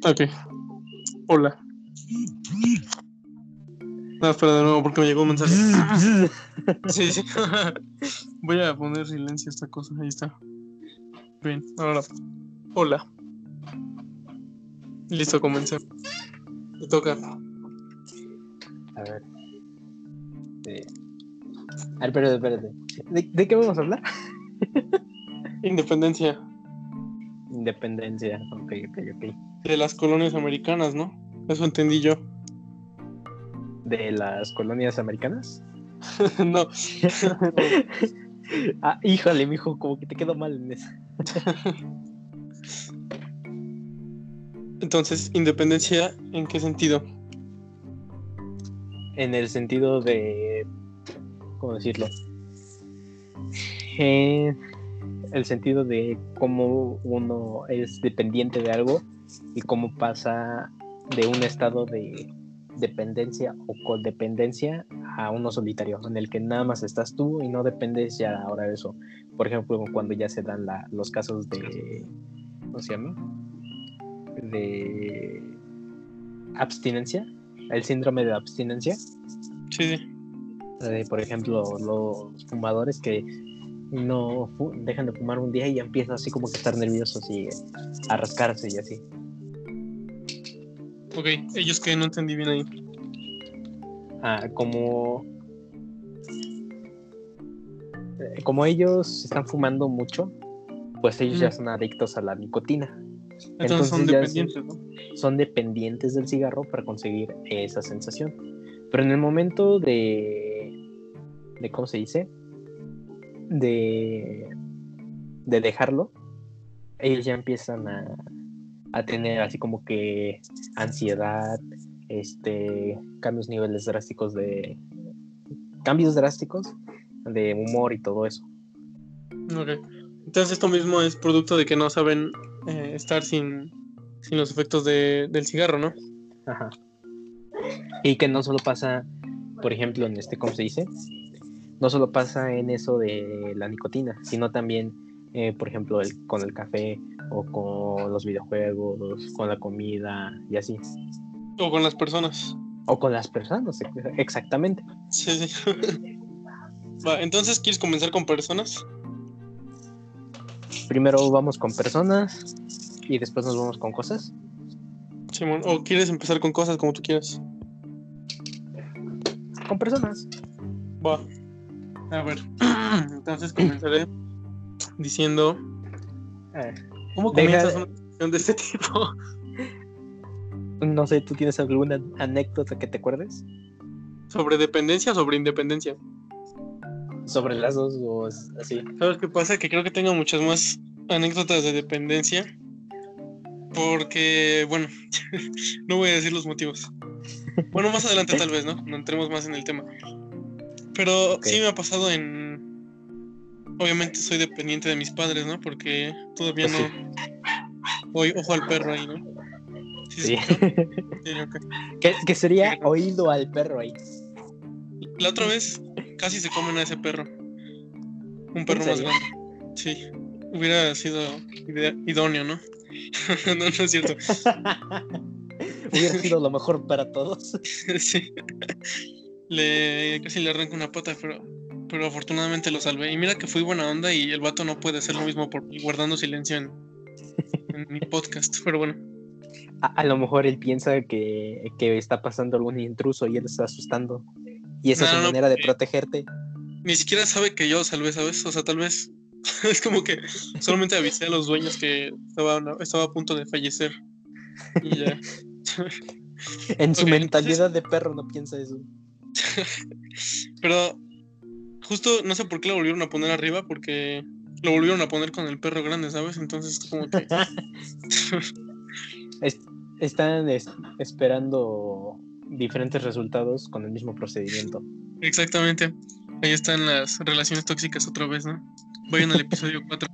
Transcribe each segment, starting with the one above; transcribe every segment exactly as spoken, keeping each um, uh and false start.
Ok. Hola. No, espera de nuevo porque me llegó un mensaje. Sí, sí. Voy a poner silencio a esta cosa. Ahí está. Bien, ahora. Hola. Listo, comencé. Me toca. A ver. Eh, A ver, espérate, espérate. ¿De, ¿De qué vamos a hablar? Independencia Independencia. Ok, ok, ok. de las colonias americanas, ¿no? Eso entendí yo. ¿De las colonias americanas? No. Ah, híjole, mijo, como que te quedó mal en eso. Entonces, independencia, ¿en qué sentido? En el sentido de. ¿Cómo decirlo? Eh, el sentido de cómo uno es dependiente de algo y cómo pasa de un estado de dependencia o codependencia a uno solitario, en el que nada más estás tú y no dependes ya ahora de eso. Por ejemplo, cuando ya se dan la, los casos de, ¿cómo se llama? De abstinencia, el síndrome de abstinencia. Sí, sí. Eh, por ejemplo, los fumadores que no fu- dejan de fumar un día y ya empiezan así como que a estar nerviosos y a rascarse y así. Ok, ellos que no entendí bien ahí. Ah, como, eh, como ellos están fumando mucho, pues ellos ya Mm. son adictos a la nicotina. Entonces son Entonces ya es- dependientes, ¿no? son dependientes del cigarro para conseguir esa sensación. Pero en el momento de, de ¿cómo se dice? De, de dejarlo, ellos ya empiezan a, a tener así como que ansiedad, este, cambios niveles drásticos de cambios drásticos de humor y todo eso. Ok. Entonces esto mismo es producto de que no saben eh, estar sin, sin los efectos de, del cigarro, ¿no? Ajá. Y que no solo pasa, por ejemplo, en este, ¿cómo se dice? No solo pasa en eso de la nicotina, sino también, eh, por ejemplo, el, con el café o con los videojuegos, con la comida y así. O con las personas. O con las personas, exactamente. Sí, sí. Va, entonces, ¿quieres comenzar con personas? Primero vamos con personas y después nos vamos con cosas. Simón, ¿o quieres empezar con cosas como tú quieras? Con personas. Va, a ver. Entonces comenzaré diciendo, Eh, ¿cómo deja, comienzas una discusión de este tipo? no sé, ¿tú tienes alguna anécdota que te acuerdes? ¿Sobre dependencia o sobre independencia? Sobre las dos o así. ¿Sabes qué pasa? Que creo que tengo muchas más anécdotas de dependencia. Porque, bueno, no voy a decir los motivos. Bueno, más adelante tal vez, ¿no? No entremos más en el tema. Pero Okay. sí me ha pasado en... Obviamente soy dependiente de mis padres, ¿no? Porque todavía Pues no... sí. Oy, ojo al perro ahí, ¿no? ¿Sí se Sí. escuchó? Sí, ok. ¿Qué, qué sería Pero oído al perro ahí? la otra vez casi se comen a ese perro. Un ¿En perro más serio? grande. Sí. Hubiera sido ide- idóneo, ¿no? No, no es cierto. Hubiera sido lo mejor para todos. Sí. Le casi le arranco una pata, pero, pero afortunadamente lo salvé. Y mira que fui buena onda y el vato no puede hacer lo mismo por mí, guardando silencio en, en mi podcast. Pero bueno, A, a lo mejor él piensa que, que está pasando algún intruso y él está asustando. Y esa es no, su no, no, manera de porque protegerte. ni siquiera sabe que yo lo salvé, ¿sabes? O sea, tal vez es como que solamente avisé a los dueños que estaba, estaba a punto de fallecer. Y ya. En su Ok, entonces, mentalidad de perro no piensa eso. pero justo no sé por qué lo volvieron a poner arriba, porque lo volvieron a poner con el perro grande, ¿sabes? Entonces, como que. Es- están es- esperando diferentes resultados con el mismo procedimiento. Exactamente. Ahí están las relaciones tóxicas otra vez, ¿no? Vayan al episodio cuatro.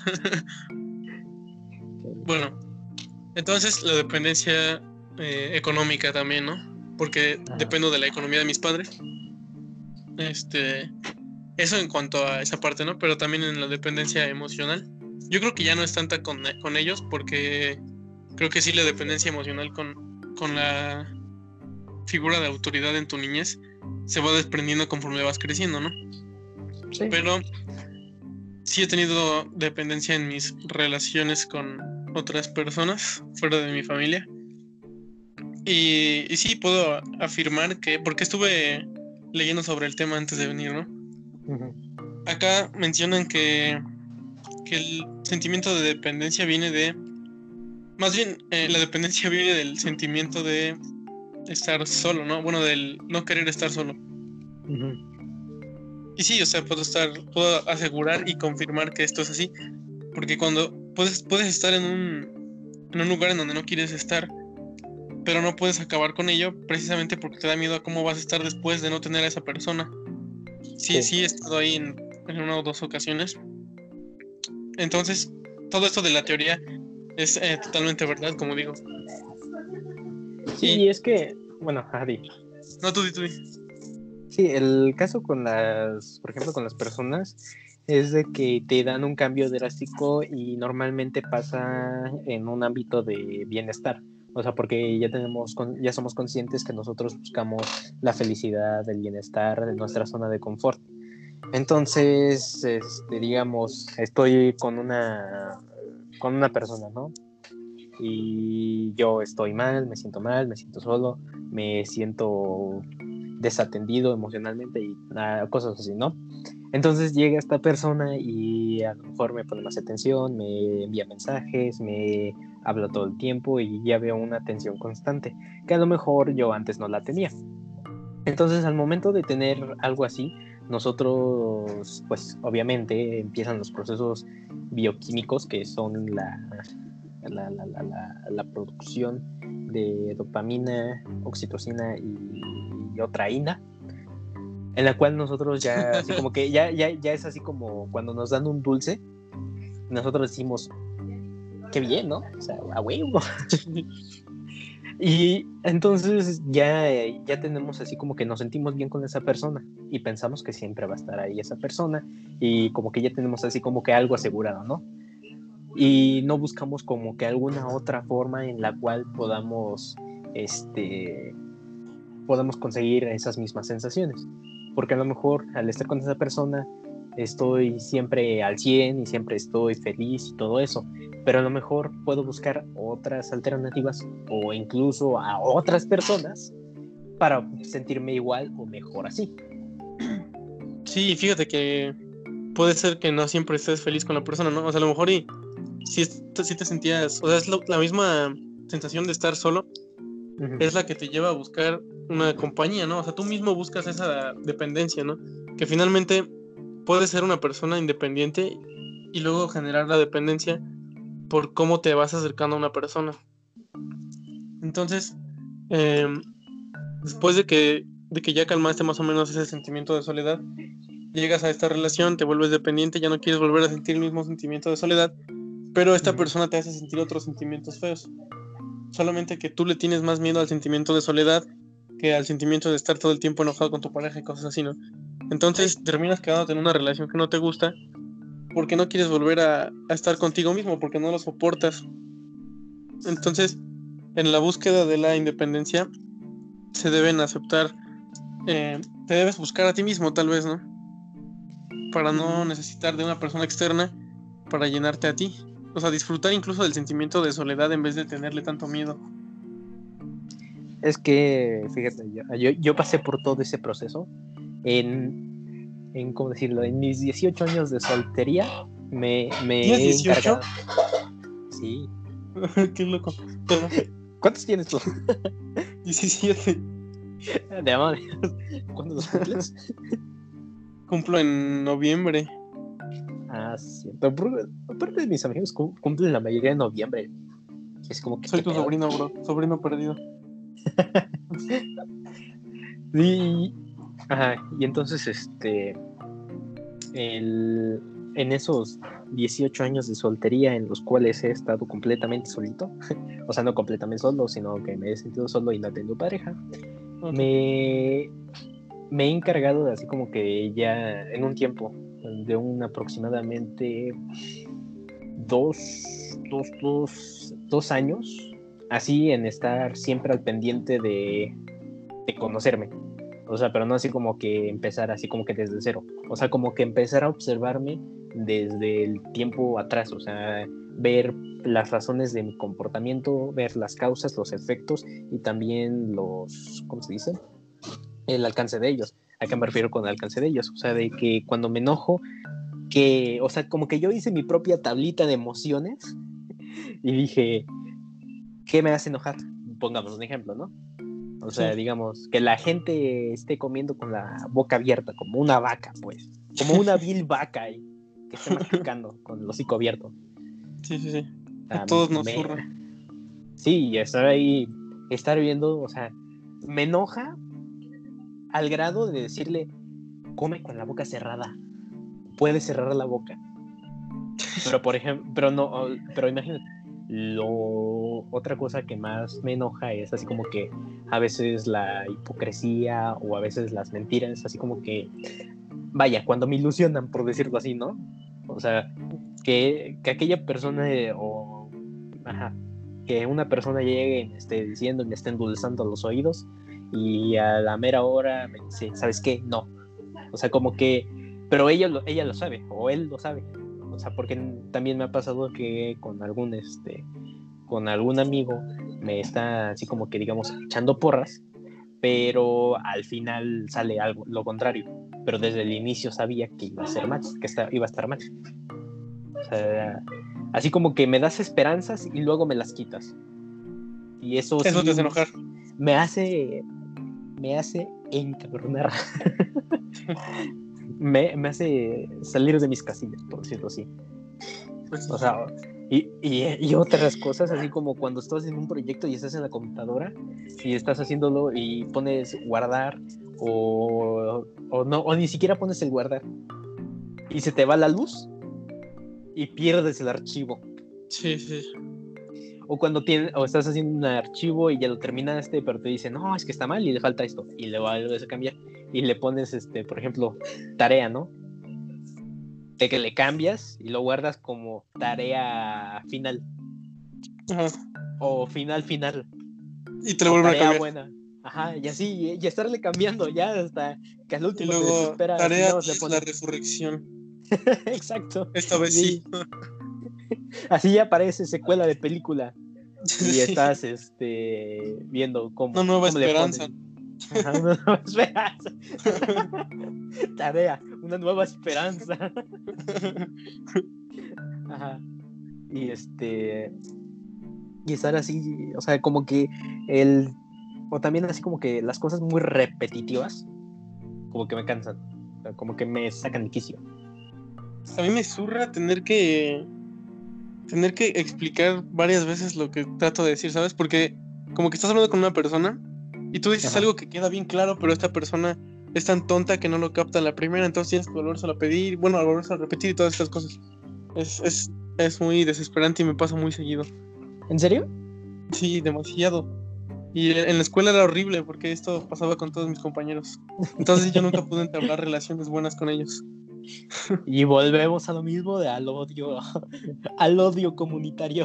Bueno, entonces la dependencia eh, económica también, ¿no? Porque Ajá. dependo de la economía de mis padres. Este, eso en cuanto a esa parte, ¿no? Pero también en la dependencia emocional. Yo creo que ya no es tanta con, con ellos porque creo que sí la dependencia emocional con, con la figura de autoridad en tu niñez se va desprendiendo conforme vas creciendo, ¿no? Sí. Pero sí he tenido dependencia en mis relaciones con otras personas fuera de mi familia. Y, y sí puedo afirmar que, porque estuve leyendo sobre el tema antes de venir, ¿no? Uh-huh. Acá mencionan que, que el sentimiento de dependencia viene de, más bien, eh, la dependencia viene del sentimiento de estar solo, ¿no? Bueno, del no querer estar solo. Uh-huh. Y sí, o sea, puedo estar, puedo asegurar y confirmar que esto es así, porque cuando puedes, puedes estar en un, en un lugar en donde no quieres estar, pero no puedes acabar con ello precisamente porque te da miedo a cómo vas a estar después de no tener a esa persona. Sí, sí, sí he estado ahí en, en una o dos ocasiones. Entonces, todo esto de la teoría es eh, totalmente verdad, como digo. Sí, Y y es que, bueno, Adi. no, tú di, tú di. Sí, el caso con las, por ejemplo, con las personas es de que te dan un cambio drástico y normalmente pasa en un ámbito de bienestar. O sea, porque ya tenemos, ya somos conscientes que nosotros buscamos la felicidad, el bienestar de nuestra zona de confort. Entonces, este, digamos, estoy con una, con una persona, ¿no? Y yo estoy mal, me siento mal, me siento solo, me siento desatendido emocionalmente y nada, cosas así, ¿no? Entonces llega esta persona y a lo mejor me pone más atención, me envía mensajes, me habla todo el tiempo y ya veo una atención constante, que a lo mejor yo antes no la tenía. Entonces al momento de tener algo así, nosotros, pues obviamente empiezan los procesos bioquímicos que son la, la, la, la, la, la producción de dopamina, oxitocina y, y otra ina, en la cual nosotros ya, así como que ya, ya, ya es así como cuando nos dan un dulce, nosotros decimos, qué bien, ¿no? O sea, a huevo. Y entonces ya, ya tenemos así como que nos sentimos bien con esa persona y pensamos que siempre va a estar ahí esa persona y como que ya tenemos así como que algo asegurado, ¿no? Y no buscamos como que alguna otra forma en la cual podamos, este, podamos conseguir esas mismas sensaciones. Porque a lo mejor al estar con esa persona estoy siempre al cien y siempre estoy feliz y todo eso, pero a lo mejor puedo buscar otras alternativas o incluso a otras personas para sentirme igual o mejor así. Sí, fíjate que puede ser que no siempre estés feliz con la persona, ¿no? O sea, a lo mejor y si, si te sentías, o sea, es lo, la misma sensación de estar solo, uh-huh. Es la que te lleva a buscar una compañía, ¿no? O sea, tú mismo buscas esa dependencia, ¿no? Que finalmente puedes ser una persona independiente y luego generar la dependencia por cómo te vas acercando a una persona. Entonces, eh, después de que, de que ya calmaste más o menos ese sentimiento de soledad, llegas a esta relación, te vuelves dependiente, ya no quieres volver a sentir el mismo sentimiento de soledad, pero esta persona te hace sentir otros sentimientos feos. Solamente que tú le tienes más miedo al sentimiento de soledad que al sentimiento de estar todo el tiempo enojado con tu pareja y cosas así, ¿no? Entonces terminas quedándote en una relación que no te gusta porque no quieres volver a, a estar contigo mismo, porque no lo soportas. Entonces, en la búsqueda de la independencia se deben aceptar, eh, te debes buscar a ti mismo tal vez, ¿no? Para no necesitar de una persona externa para llenarte a ti. O sea, disfrutar incluso del sentimiento de soledad en vez de tenerle tanto miedo. Es que, fíjate, yo, yo, yo pasé por todo ese proceso en, en, ¿cómo decirlo? En mis dieciocho años de soltería me, me ¿Tienes he dieciocho? encargado. Sí. Qué loco. ¿Cuántos tienes tú? diecisiete. De amor. ¿Cuándo los cumples? Cumplo en noviembre. Ah, sí. Pero aparte de mis amigos cumplen la mayoría de noviembre. Es como que. Soy tu pedo? sobrino, bro. Sobrino perdido. y, ajá, y entonces, este. El, en esos dieciocho años de soltería en los cuales he estado completamente solito, o sea, no completamente solo, sino que me he sentido solo y no tengo pareja, okay. me, me he encargado de así como que ya en un tiempo de un aproximadamente dos, dos, dos, dos años así en estar siempre al pendiente de, de conocerme. O sea, pero no así como que empezar así como que desde cero. O sea, como que empezar a observarme desde el tiempo atrás. O sea, ver las razones de mi comportamiento, ver las causas, los efectos y también los, ¿cómo se dice? El alcance de ellos. ¿A qué me refiero con el alcance de ellos? O sea, de que cuando me enojo, que, o sea, como que yo hice mi propia tablita de emociones y dije, ¿qué me hace enojar? Pongamos un ejemplo, ¿no? O sea, Sí. digamos, que la gente esté comiendo con la boca abierta, como una vaca, pues. Como una vil vaca ahí, que esté masticando con el hocico abierto. Sí, sí, sí. O A sea, todos nos me... zurra. Sí, y estar ahí, estar viendo, o sea, me enoja al grado de decirle, come con la boca cerrada. Puedes cerrar la boca. Pero, por ejemplo, pero no, pero imagínate, lo, otra cosa que más me enoja es así como que a veces la hipocresía o a veces las mentiras, así como que, vaya, cuando me ilusionan, por decirlo así, ¿no? O sea, que, que aquella persona eh, o, ajá, que una persona llegue y me esté diciendo y me esté endulzando los oídos y a la mera hora me dice, ¿sabes qué? No. O sea, como que, pero ella lo, ella lo sabe o él lo sabe. O sea, porque también me ha pasado que con algún, este, con algún amigo me está así como que, digamos, echando porras, pero al final sale algo, lo contrario. Pero desde el inicio sabía que iba a ser mal, que está, iba a estar mal. O sea, así como que me das esperanzas y luego me las quitas. Y eso Eso sí te hace enojar. me hace, me hace encabronar. me, me hace salir de mis casillas, por decirlo así. Pues sí. O sea, y, y, y otras cosas, así como cuando estás en un proyecto y estás en la computadora y estás haciéndolo y pones guardar o, o no, o ni siquiera pones el guardar y se te va la luz y pierdes el archivo. Sí, sí. O cuando tienes, o estás haciendo un archivo y ya lo terminaste, pero te dicen, no, es que está mal y le falta esto, y le vuelves a cambiar y le pones, este, por ejemplo, tarea, ¿no? De que le cambias y lo guardas como tarea final. Ajá. O final final. Y te lo O vuelven a tarea cambiar. buena. Ajá, y así, y estarle cambiando ya hasta que al Y último te luego, desesperas y tarea nada más le diez, la pones. resurrección. Exacto. Esta vez sí. Sí. Así ya aparece secuela de película. Y Sí. estás este viendo Una cómo, nueva cómo le esperanza. ponen. Ajá, una nueva esperanza. Tarea, una nueva esperanza. Ajá. Y este. Y estar así, o sea, como que el. O también así como que las cosas muy repetitivas, como que me cansan. O sea, como que me sacan de quicio. A mí me zurra tener que tener que explicar varias veces lo que trato de decir, ¿sabes? Porque como que estás hablando con una persona y tú dices Ajá. algo que queda bien claro, pero esta persona es tan tonta que no lo capta a la primera, entonces tienes que volvérselo a pedir, bueno, a volvérselo a repetir y todas estas cosas. Es, es, es muy desesperante y me pasa muy seguido. ¿En serio? Sí, demasiado. Y en la escuela era horrible porque esto pasaba con todos mis compañeros. Entonces yo nunca pude entablar relaciones buenas con ellos. Y volvemos a lo mismo de al odio, al odio comunitario.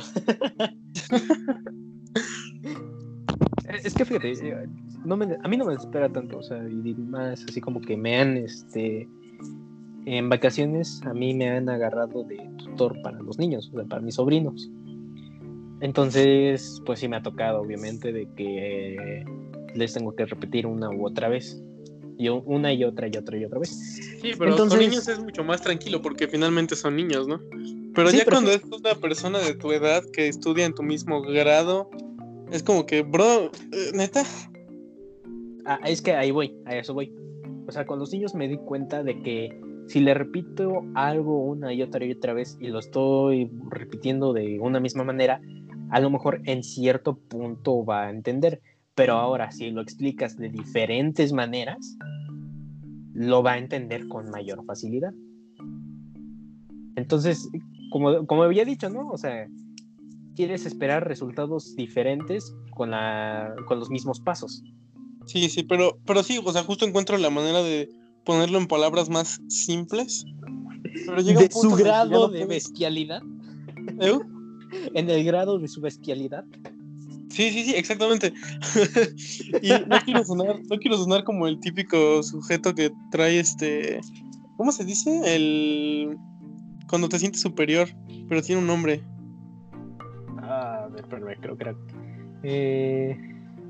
Es que fíjate, eh, no me, a mí no me espera tanto, o sea, y más así como que me han, este, en vacaciones a mí me han agarrado de tutor para los niños, o sea, para mis sobrinos. Entonces, pues sí me ha tocado, obviamente, de que les tengo que repetir una u otra vez. Y una y otra y otra y otra vez. Sí, pero con Entonces, niños es mucho más tranquilo porque finalmente son niños, ¿no? Pero sí, ya pero cuando es una persona de tu edad que estudia en tu mismo grado, es como que, bro, eh, neta. ah, es que ahí voy, a eso voy. O sea, con los niños me di cuenta de que si le repito algo una y otra y otra vez y lo estoy repitiendo de una misma manera, a lo mejor en cierto punto va a entender. Pero ahora, si lo explicas de diferentes maneras, lo va a entender con mayor facilidad. Entonces, como, como había dicho, ¿no? O sea, quieres esperar resultados diferentes con, la, con los mismos pasos. Sí, sí, pero, pero sí, o sea, justo encuentro la manera de ponerlo en palabras más simples. Pero llega De un su punto en el que ya grado no de puedes. bestialidad. ¿Eh? En el grado de su bestialidad. Sí, sí, sí, exactamente. Y no quiero sonar, no quiero sonar como el típico sujeto que trae este, ¿cómo se dice? El cuando te sientes superior, pero tiene un nombre. Ah, a ver, perdón, creo que era. Eh,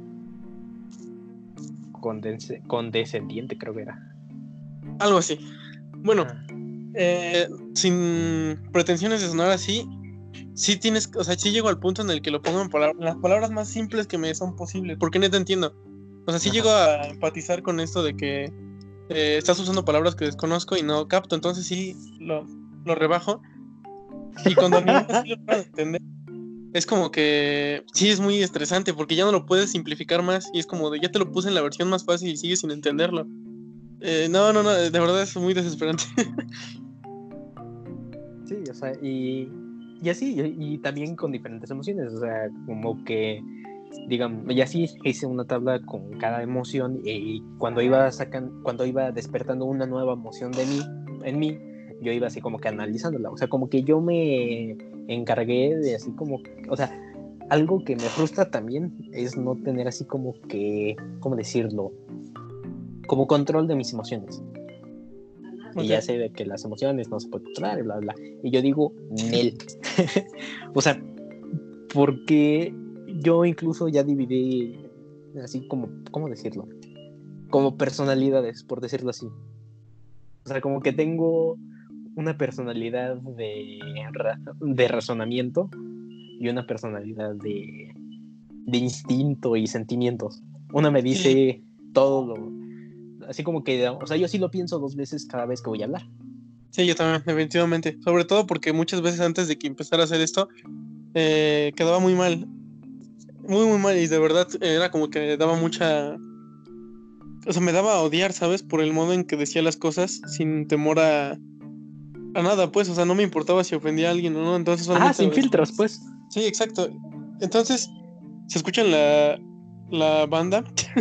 condense- condescendiente, creo que era. Algo así. Bueno, Ajá. eh, sin pretensiones de sonar así, sí tienes, o sea, sí llego al punto en el que lo pongo en palabras, las palabras más simples que me son posibles, porque neta entiendo. O sea, sí Ajá. llego a empatizar con esto de que eh, estás usando palabras que desconozco y no capto, entonces sí lo, lo rebajo. Y cuando a mí así lo puedo entender, es como que sí es muy estresante porque ya no lo puedes simplificar más y es como de ya te lo puse en la versión más fácil y sigues sin entenderlo. Eh, no, no, no, de verdad es muy desesperante. Sí, o sea, y, y así, y, y también con diferentes emociones, o sea, como que, digamos, y así hice una tabla con cada emoción y cuando iba sacando, cuando iba despertando una nueva emoción de mí, en mí, yo iba así como que analizándola, o sea, como que yo me encargué de así como, o sea, algo que me frustra también es no tener así como que, ¿cómo decirlo? Como control de mis emociones. Y Ok. ya sé de que las emociones no se pueden controlar y bla, bla. Y yo digo, Nel. O sea, porque yo incluso ya dividí así como, ¿cómo decirlo? Como personalidades, por decirlo así. O sea, como que tengo una personalidad de, ra- de razonamiento y una personalidad de, de instinto y sentimientos. Una me Sí, dice todo lo, así como que, o sea, yo sí lo pienso dos veces cada vez que voy a hablar. sí, yo también, definitivamente. Sobre todo porque muchas veces antes de que empezara a hacer esto, eh, quedaba muy mal. Muy, muy mal. Y de verdad era como que daba mucha. O sea, me daba a odiar, ¿sabes? Por el modo en que decía las cosas sin temor a, a nada, pues. O sea, no me importaba si ofendía a alguien o no. Entonces Ah, solamente sin lo decía. filtros, pues. Sí, exacto. Entonces, ¿se escuchan la, la banda?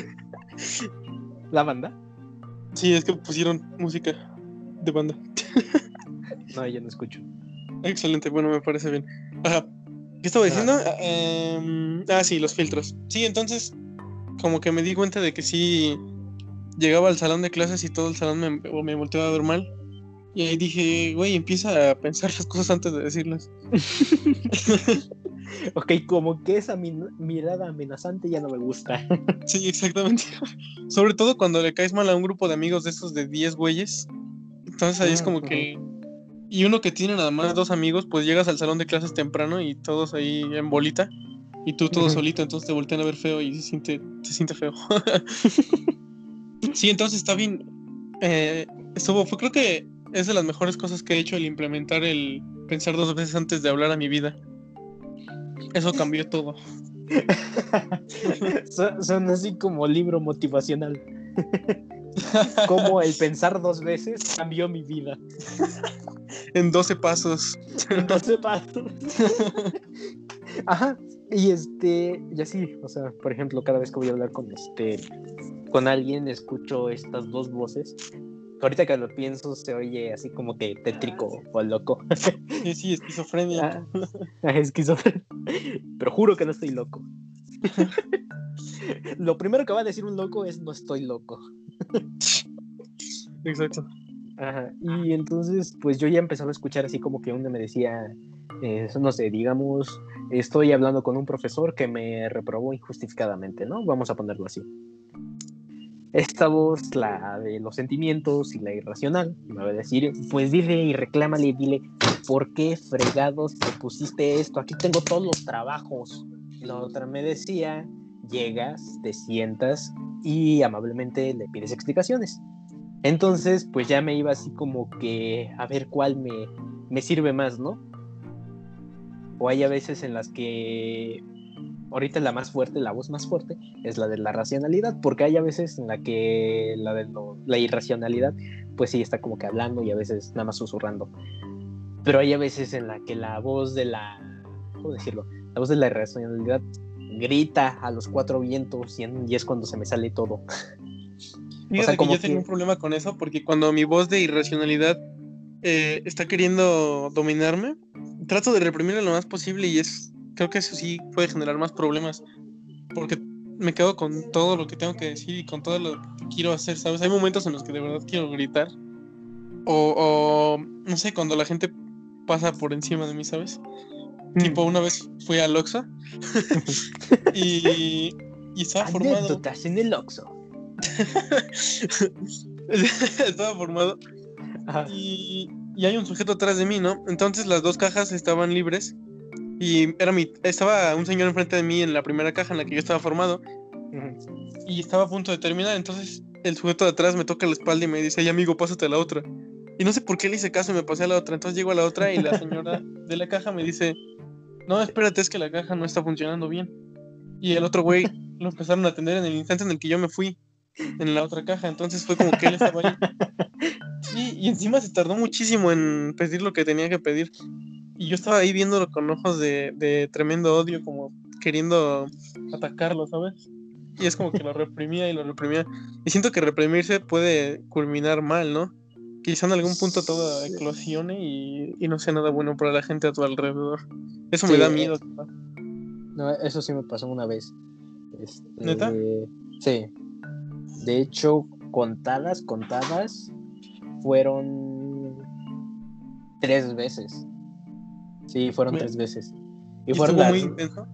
La banda. Sí, es que pusieron música de banda. No, yo no escucho. Excelente, bueno, me parece bien. Ajá. ¿Qué estaba Ajá. diciendo? Ah, em, ah, sí, los filtros. Sí, entonces, como que me di cuenta de que sí llegaba al salón de clases y todo el salón me, o me volteaba a ver mal. Y ahí dije, güey, empieza a pensar las cosas antes de decirlas. Ok, como que esa mi- mirada amenazante ya no me gusta. Sí, exactamente. Sobre todo cuando le caes mal a un grupo de amigos de esos de diez güeyes. Entonces ahí es Mm, como ujú. que. Y uno que tiene nada más dos amigos, pues llegas al salón de clases temprano y todos ahí en bolita. Y tú todo Ujú. solito, entonces te voltean a ver feo y se siente, se siente feo. Sí, entonces está bien. Eh, estuvo, fue, creo que es de las mejores cosas que he hecho el implementar el pensar dos veces antes de hablar a mi vida. Eso cambió todo. Son, son así como libro motivacional. Como el pensar dos veces cambió mi vida. En doce pasos. En doce pasos. Ajá. Y este, y así, o sea, por ejemplo, cada vez que voy a hablar con este, con alguien, escucho estas dos voces. Ahorita que lo pienso, se oye así como que tétrico o loco. Sí, sí, esquizofrenia. Ah, esquizofrénico. Pero juro que no estoy loco. Lo primero que va a decir un loco es no estoy loco. Exacto. Ajá. Y entonces, pues yo ya empezaba a escuchar así como que uno me decía, eh, no sé, digamos, estoy hablando con un profesor que me reprobó injustificadamente, ¿no? Vamos a ponerlo así. Esta voz, la de los sentimientos y la irracional, me va a decir, pues dile y reclámale, dile, ¿por qué fregados te pusiste esto? Aquí tengo todos los trabajos. Y la otra me decía, llegas, te sientas y amablemente le pides explicaciones. Entonces, pues ya me iba así como que a ver cuál me, me sirve más, ¿no? O hay a veces en las que ahorita la más fuerte, la voz más fuerte, es la de la racionalidad, porque hay a veces en la que la de lo, la irracionalidad, pues sí está como que hablando y a veces nada más susurrando. Pero hay a veces en la que la voz de la, ¿cómo decirlo? La voz de la irracionalidad grita a los cuatro vientos y, en, y es cuando se me sale todo. O sea, Fíjate que yo como tenía un que... problema con eso porque cuando mi voz de irracionalidad eh, está queriendo dominarme, trato de reprimirlo lo más posible y es, creo que eso sí puede generar más problemas, porque me quedo con todo lo que tengo que decir y con todo lo que quiero hacer, ¿sabes? Hay momentos en los que de verdad quiero gritar, o, o no sé, cuando la gente pasa por encima de mí, ¿sabes? Mm. Tipo, una vez fui al Oxxo y, y estaba formado. Anécdotas en el Oxxo. Estaba formado y, y hay un sujeto atrás de mí, ¿no? Entonces las dos cajas estaban libres y era mi, estaba un señor enfrente de mí en la primera caja en la que yo estaba formado. Uh-huh. Y estaba a punto de terminar, entonces el sujeto de atrás me toca la espalda y me dice, ay amigo, pásate a la otra. Y no sé por qué le hice caso y me pasé a la otra. Entonces llego a la otra y la señora de la caja me dice, no, espérate, es que la caja no está funcionando bien. Y el otro güey lo empezaron a atender en el instante en el que yo me fui en la otra caja. Entonces fue como que él estaba ahí. Sí, y encima se tardó muchísimo en pedir lo que tenía que pedir. Y yo estaba ahí viéndolo con ojos de, de tremendo odio, como queriendo atacarlo, ¿sabes? Y es como que lo reprimía y lo reprimía. Y siento que reprimirse puede culminar mal, ¿no? Quizá en algún punto todo eclosione y, y no sea nada bueno para la gente a tu alrededor. Eso sí, me da miedo. Eh, no, eso sí me pasó una vez. Este, ¿Neta? Sí. De hecho, contadas, contadas, fueron tres veces. Sí, fueron ¿Me? tres veces. ¿Y, ¿Y fueron estuvo las... muy intenso?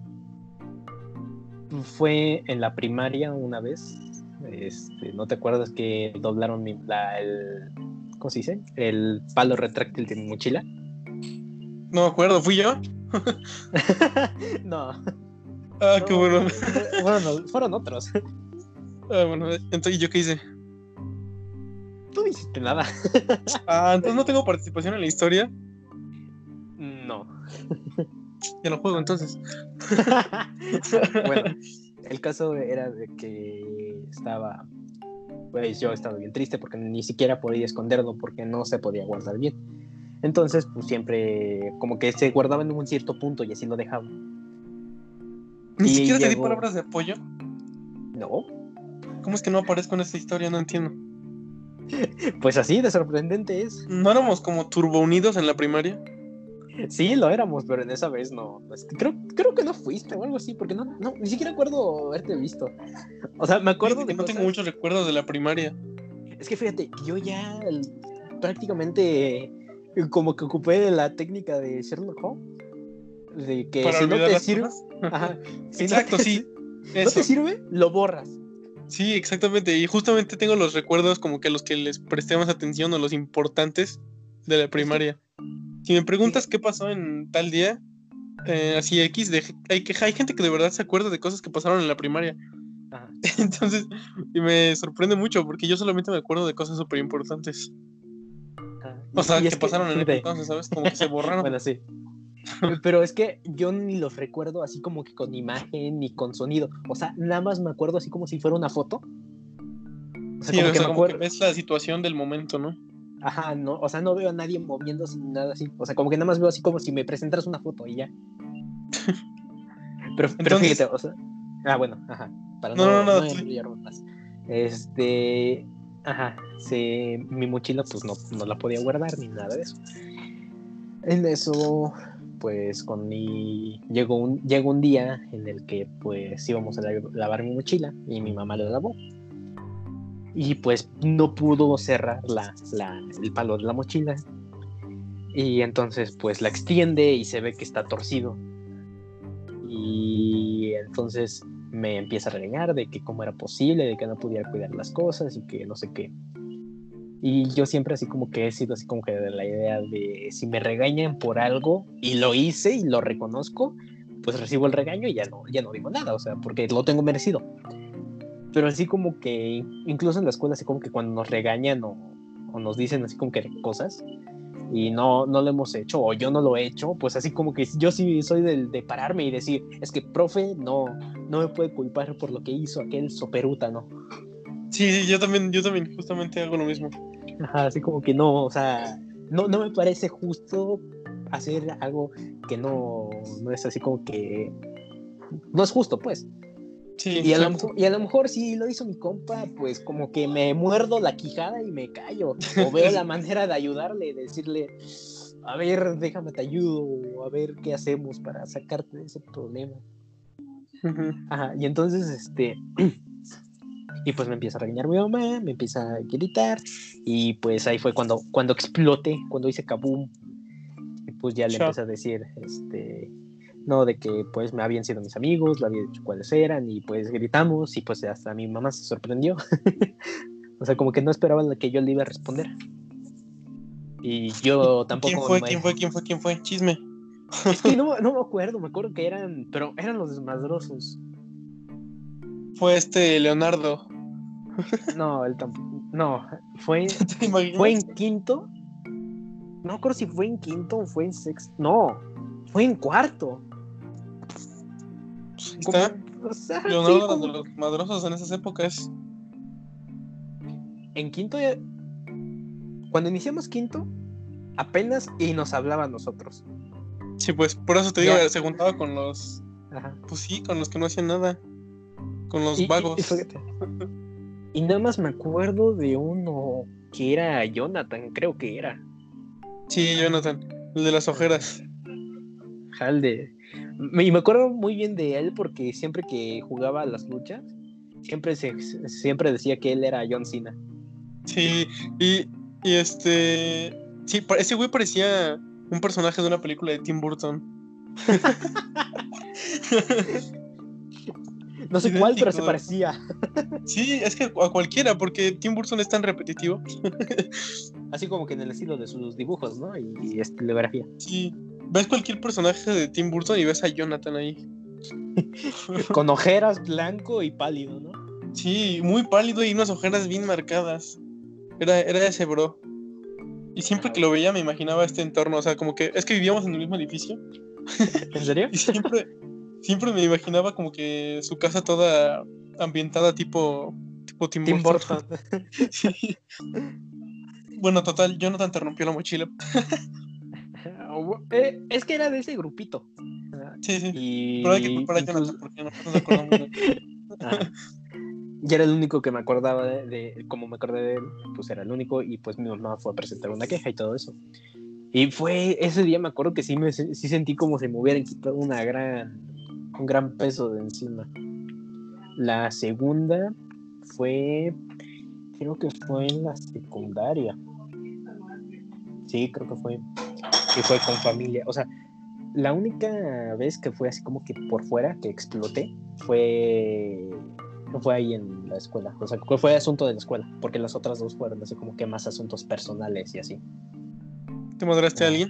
Fue en la primaria una vez. Este, ¿no te acuerdas que doblaron mi, la, el, ¿cómo se dice? El palo retráctil de mi mochila. No me acuerdo, ¿fui yo? No. Ah, no, qué bueno. Fueron, fueron otros. Ah, bueno, entonces, ¿yo qué hice? Tú no hiciste nada. Ah, entonces no tengo participación en la historia. No. Ya lo juego entonces. Bueno, el caso era de que estaba, pues yo estaba bien triste porque ni siquiera podía esconderlo porque no se podía guardar bien. Entonces, pues siempre como que se guardaba en un cierto punto y así lo dejaba. ¿Ni y siquiera llegó... te di palabras de apoyo? No. ¿Cómo es que no aparezco en esta historia? No entiendo. Pues así de sorprendente es. ¿No éramos como turbo unidos en la primaria? Sí, lo éramos, pero en esa vez no. Pues, creo, creo que no fuiste o algo así, porque no, no, ni siquiera recuerdo haberte visto. O sea, me acuerdo sí, de no cosas... tengo muchos recuerdos de la primaria. Es que fíjate, yo ya prácticamente como que ocupé la técnica de Sherlock Holmes. De que ¿Para si no te sirve... Ajá. Si Exacto, no te, sí. Si no te sirve, lo borras. Sí, exactamente. Y justamente tengo los recuerdos como que los que les presté más atención o los importantes de la primaria. Si me preguntas sí. qué pasó en tal día, eh, así X, de, hay, que, hay gente que de verdad se acuerda de cosas que pasaron en la primaria. Ajá. Entonces, y me sorprende mucho porque yo solamente me acuerdo de cosas súper importantes. O sea, y que es pasaron que, en ese entonces, ¿sabes? Como que se borraron. Bueno, sí. Pero es que yo ni los recuerdo así como que con imagen ni con sonido. O sea, nada más me acuerdo así como si fuera una foto. O sea, sí, como, o que, sea, me como que ves la situación del momento, ¿no? Ajá, no, o sea, no veo a nadie moviéndose ni nada así. O sea, como que nada más veo así como si me presentaras una foto y ya. pero, Entonces... pero fíjate, o sea. Ah, bueno, ajá. Para no, no, no, no enrollar más. Este. Ajá. Sí, mi mochila, pues no, no la podía guardar ni nada de eso. En eso, pues con mi. Llegó un, llegó un día en el que, pues íbamos a lavar mi mochila y mi mamá la lavó. Y pues no pudo cerrar la, la, el palo de la mochila. Y entonces pues la extiende y se ve que está torcido. Y entonces me empieza a regañar de que cómo era posible, de que no pudiera cuidar las cosas y que no sé qué. Y yo siempre así como que he sido así como que de la idea de si me regañan por algo y lo hice y lo reconozco, pues recibo el regaño y ya no, ya no digo nada, o sea, porque lo tengo merecido. Pero así como que, incluso en la escuela, así como que cuando nos regañan o, o nos dicen así como que cosas y no, no lo hemos hecho o yo no lo he hecho, pues así como que yo sí soy del de pararme y decir, es que profe no, no me puede culpar por lo que hizo aquel soperuta, ¿no? Sí, yo también, yo también justamente hago lo mismo. Ajá, así como que no, o sea, no, no me parece justo hacer algo que no, no es así como que no es justo, pues. Sí, y, a lo mejor, y a lo mejor si lo hizo mi compa, pues como que me muerdo la quijada y me callo. O veo la manera de ayudarle y decirle, a ver, déjame te ayudo, a ver qué hacemos para sacarte de ese problema. Uh-huh. Ajá, y entonces, este, y pues me empieza a regañar mi mamá, me empieza a gritar, y pues ahí fue cuando, cuando exploté, cuando hice kaboom, y pues ya le Chao. empecé a decir, este, no, de que pues me habían sido mis amigos, le había dicho cuáles eran, y pues gritamos, y pues hasta mi mamá se sorprendió. O sea, como que no esperaban que yo le iba a responder. Y yo tampoco ¿Quién fue? me... ¿Quién fue? ¿Quién fue? ¿Quién fue? Chisme. Es que no, no me acuerdo, me acuerdo que eran, pero eran los desmadrosos. Fue este Leonardo. No, él tampoco. No, fue, ¿Te imaginas? fue en quinto. No me acuerdo si fue en quinto o fue en sexto. No, fue en cuarto. Pues, Como, está. o sea, Leonardo sí, era de como los madrosos en esas épocas. en quinto, ya- cuando iniciamos quinto, apenas y nos hablaba a nosotros. Sí, pues por eso te digo, Ya. se juntaba con los. Ajá. Pues sí, con los que no hacían nada. Con los Y, y, vagos. y fíjate, y nada más me acuerdo de uno que era Jonathan, creo que era. Sí, Jonathan. El de las ojeras. Halde. Y me acuerdo muy bien de él porque siempre que jugaba a las luchas, siempre, se, siempre decía que él era John Cena. Sí, y, y este. Sí, pa- ese güey parecía un personaje de una película de Tim Burton. No sé cuál, pero se Idéntico. parecía. Sí, es que a cualquiera, porque Tim Burton es tan repetitivo. Así como que en el estilo de sus dibujos, ¿no? Y, y estilografía. Sí, ves cualquier personaje de Tim Burton y ves a Jonathan ahí. Con ojeras, blanco y pálido, ¿no? Sí, muy pálido y unas ojeras bien marcadas. Era, era ese bro. Y siempre Ajá. que lo veía me imaginaba este entorno, o sea, como que es que vivíamos en el mismo edificio ¿En serio? y siempre, siempre me imaginaba como que su casa toda ambientada tipo, tipo Tim Tim Burton. Burton. Sí. Bueno, total, Jonathan te rompió la mochila. Eh, es que era de ese grupito. Sí, sí. Pero hay que Y culpar a Jonathan incluso... porque no nos acordamos de él. Ajá. Y era el único que me acordaba de, de, como me acordé de él, pues era el único, y pues mi mamá fue a presentar una queja y todo eso. Y fue ese día, me acuerdo que sí, me, sí sentí como si me hubieran quitado una gran, un gran peso de encima. La segunda fue, creo que fue en la secundaria. Sí, creo que fue. Y fue con familia. O sea, la única vez que fue así como que por fuera, que exploté, fue fue ahí en la escuela. O sea, fue asunto de la escuela, porque las otras dos fueron así como que más asuntos personales y así. ¿Te madreaste a alguien?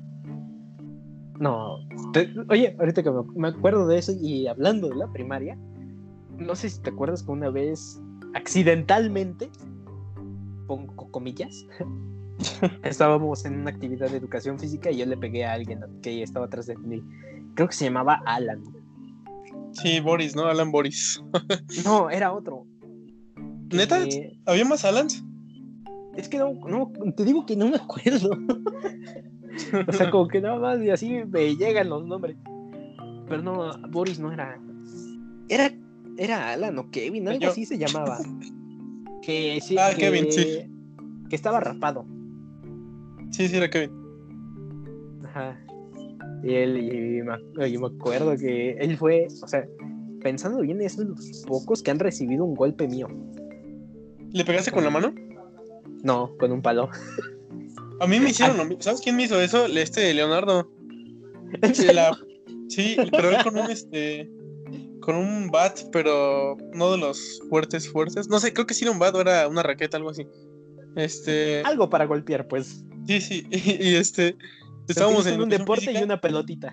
No, te, oye, ahorita que me, me acuerdo de eso y hablando de la primaria, no sé si te acuerdas que una vez accidentalmente, pongo comillas, estábamos en una actividad de educación física y yo le pegué a alguien que estaba atrás de mí. Creo que se llamaba Alan. Sí, Boris, ¿no? Alan Boris. No, era otro. Que... ¿Neta? ¿Había más Alans? Es que no, no, te digo que no me acuerdo. O sea, como que nada más y así me llegan los nombres. Pero no, Boris no era. Era, era Alan o Kevin, algo Yo. así se llamaba. Que sí, Ah, que, Kevin, sí. que estaba rapado. Sí, sí, era Kevin. Ajá. Y él, y me, yo me acuerdo que él fue, o sea, pensando bien, es de los pocos que han recibido un golpe mío. ¿Le pegaste con la mano? No, con un palo. A mí me hicieron lo mismo. ¿Sabes quién me hizo eso? Este Leonardo. ¿En serio? La... Sí, pero él con un este. Con un bat, pero no de los fuertes, fuertes. No sé, creo que sí era un bat o era una raqueta, algo así. Este. Algo para golpear, pues. Sí, sí. Y, y este. O sea, Estábamos en utilizan un educación deporte física. y una pelotita.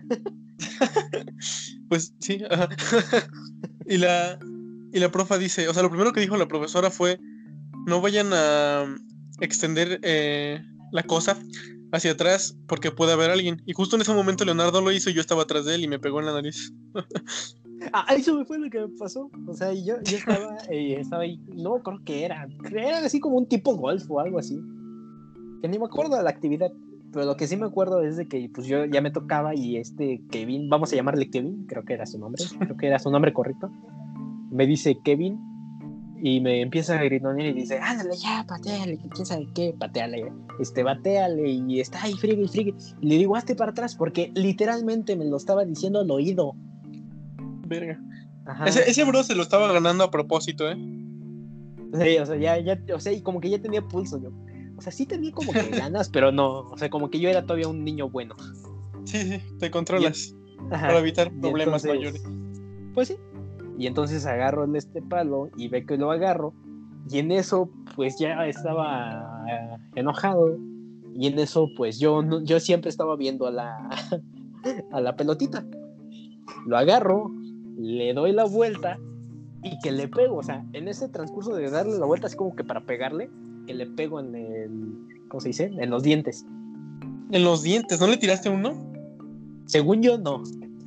Pues sí, ajá. Y la. Y la profa dice. O sea, lo primero que dijo la profesora fue. No vayan a extender eh, la cosa hacia atrás porque puede haber alguien. Y justo en ese momento Leonardo lo hizo y yo estaba atrás de él y me pegó en la nariz. Ah, eso me fue lo que me pasó. O sea, yo, yo estaba, eh, estaba ahí, no creo que era, era así como un tipo golf o algo así. Que ni me acuerdo de la actividad. Pero lo que sí me acuerdo es de que pues yo ya me tocaba y este Kevin, vamos a llamarle Kevin, creo que era su nombre, creo que era su nombre correcto. Me dice Kevin Y me empieza a gritonear y dice, ándale ya, pateale, quién sabe qué, pateale, este, bateale, y está ahí, friegue y friegue. Y le digo, hazte para atrás, porque literalmente me lo estaba diciendo al oído. Verga. Ajá. Ese, ese bro se lo estaba ganando a propósito, ¿eh? Sí, o sea, ya, ya, o sea, y como que ya tenía pulso yo. O sea, sí tenía como que ganas, pero no, o sea, como que yo era todavía un niño bueno. Sí, sí, te controlas. Y, ajá, para evitar y problemas entonces, mayores. Pues sí. Y entonces agarro el este palo y ve que lo agarro. Y en eso, pues ya estaba eh, enojado. Y en eso, pues yo, no, yo siempre estaba viendo a la, a la pelotita. Lo agarro, le doy la vuelta y que le pego. O sea, en ese transcurso de darle la vuelta, así como que para pegarle, que le pego en el, ¿cómo se dice? En los dientes. En los dientes, ¿no le tiraste uno? Según yo, no.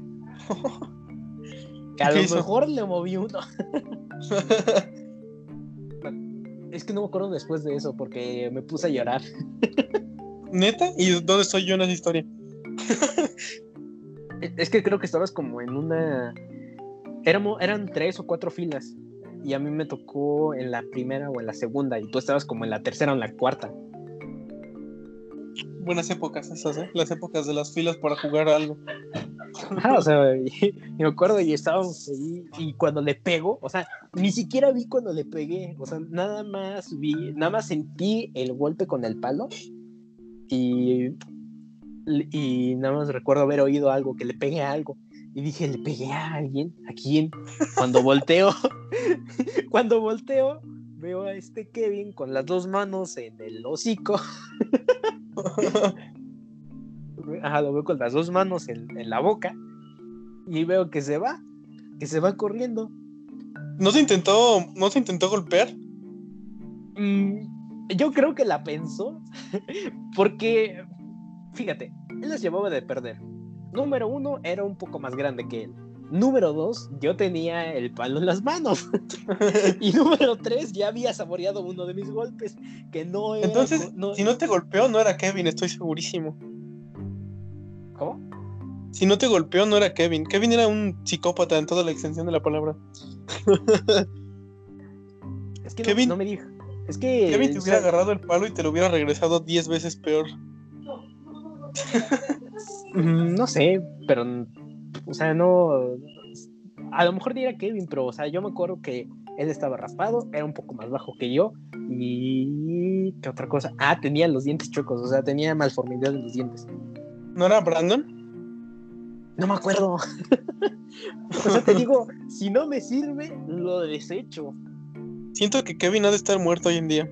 Que ¿Y a qué lo hizo? mejor le moví uno. Es que no me acuerdo después de eso porque me puse a llorar. ¿Neta? ¿Y dónde estoy yo en esa historia? Es que creo que estabas como en una... Éramos, eran tres o cuatro filas. Y a mí me tocó en la primera o en la segunda. Y tú estabas como en la tercera o en la cuarta. Buenas épocas esas, ¿eh? Las épocas de las filas para jugar a algo. Ajá, o sea, y, y me acuerdo y estábamos ahí. Y cuando le pego, o sea, ni siquiera vi cuando le pegué. O sea, nada más vi, nada más sentí el golpe con el palo. Y, y nada más recuerdo haber oído algo, que le pegué a algo. Y dije, ¿le pegué a alguien? ¿A quién? Cuando volteo, cuando volteo, veo a este Kevin con las dos manos en el hocico. Ajá, lo veo con las dos manos en, en la boca. Y veo que se va, que se va corriendo. ¿No se intentó, no se intentó golpear? Mm, yo creo que la pensó, porque, fíjate, él las llevaba de perder. Número uno, era un poco más grande que él. Número dos, yo tenía el palo en las manos. Y número tres, ya había saboreado uno de mis golpes, que no era... Entonces, No... si no te golpeó, no era Kevin, estoy segurísimo. ¿Cómo? Si no te golpeó, no era Kevin. Kevin era un psicópata en toda la extensión de la palabra. Es que no, Kevin, no me dijo. Es que... Kevin te o hubiera sea, agarrado el palo y te lo hubiera regresado diez veces peor. no sé, pero... O sea, no... A lo mejor diría Kevin, pero, o sea, yo me acuerdo que él estaba raspado, era un poco más bajo que yo. Y... ¿Qué otra cosa? Ah, tenía los dientes chuecos, o sea, tenía malformidad en los dientes. ¿No era Brandon? No me acuerdo. O sea, te digo, si no me sirve, lo desecho. Siento que Kevin ha de estar muerto hoy en día.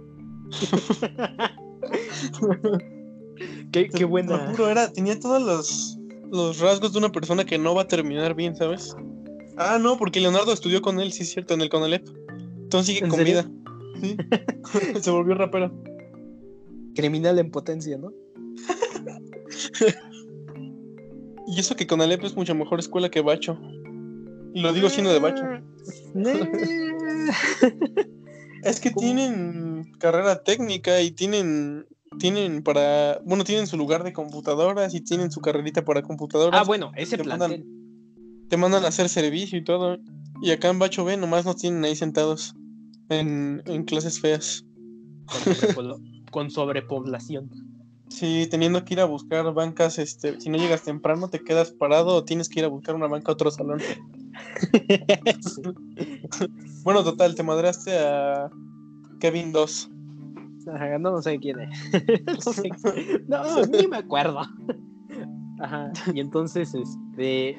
Qué, Te qué lo buena. juro, era, tenía todos los, los rasgos de una persona que no va a terminar bien, ¿sabes? Ah, no, porque Leonardo estudió con él, sí es cierto, en el Conalep. Entonces sigue ¿En con serio? vida. Sí. Se volvió rapero. Criminal en potencia, ¿no? Y eso que Conalep es mucha mejor escuela que Bacho. Y lo digo siendo de Bacho. Es que ¿Cómo? tienen carrera técnica y tienen, tienen para, bueno, tienen su lugar de computadoras y tienen su carrerita para Ah, computadoras. bueno, ese Te mandan, plantel. te mandan a hacer servicio y todo. Y acá en Bacho B nomás nos tienen ahí sentados en, en clases feas. Con, sobrepobla- con sobrepoblación. Sí, teniendo que ir a buscar bancas, este, si no llegas temprano te quedas parado o tienes que ir a buscar una banca a otro salón. Sí. Bueno, total, te madraste a Kevin dos. Ajá, no sé quién es. No sé. No, ni me acuerdo. Ajá. Y entonces, este.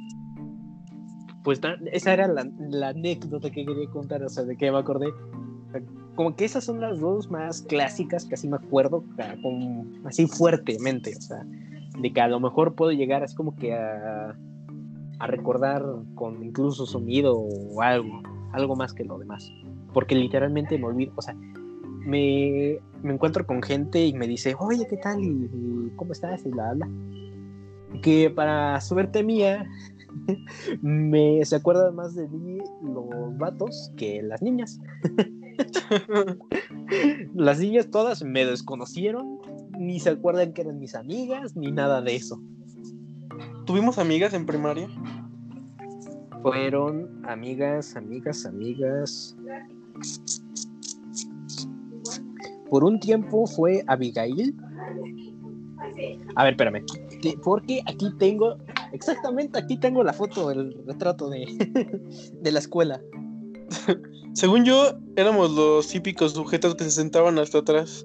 Pues ta- esa era la, la anécdota que quería contar, o sea, de que me acordé. O sea, como que esas son las dos más clásicas que así me acuerdo, o sea, como así fuertemente, o sea, de que a lo mejor puedo llegar así como que a, a recordar con incluso sonido o algo, algo más que lo demás. Porque literalmente me olvido, o sea, me, me encuentro con gente y me dice, oye, ¿qué tal? ¿Y, y cómo estás? Y bla, bla. Que para suerte mía, me, se acuerdan más de mí los vatos que las niñas. Las niñas todas me desconocieron, ni se acuerdan que eran mis amigas, ni nada de eso. ¿Tuvimos amigas en primaria? Fueron amigas, amigas, amigas. Por un tiempo fue Abigail. A ver, espérame. Porque aquí tengo, exactamente aquí tengo la foto, el retrato de, de la escuela. Según yo, éramos los típicos sujetos que se sentaban hasta atrás.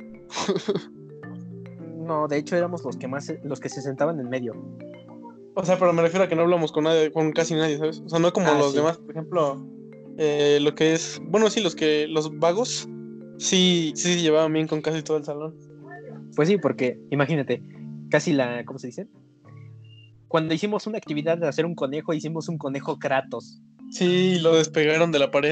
No, de hecho éramos los que más, los que se sentaban en medio. O sea, pero me refiero a que no hablamos con nadie, con casi nadie, ¿sabes? O sea, no como Ah, los sí. demás, por ejemplo, eh, lo que es, bueno, sí, los que, los vagos, sí, sí se llevaban bien con casi todo el salón. Pues sí, porque imagínate, casi la, ¿cómo se dice? Cuando hicimos una actividad de hacer un conejo, hicimos un conejo Kratos. Sí, lo despegaron de la pared.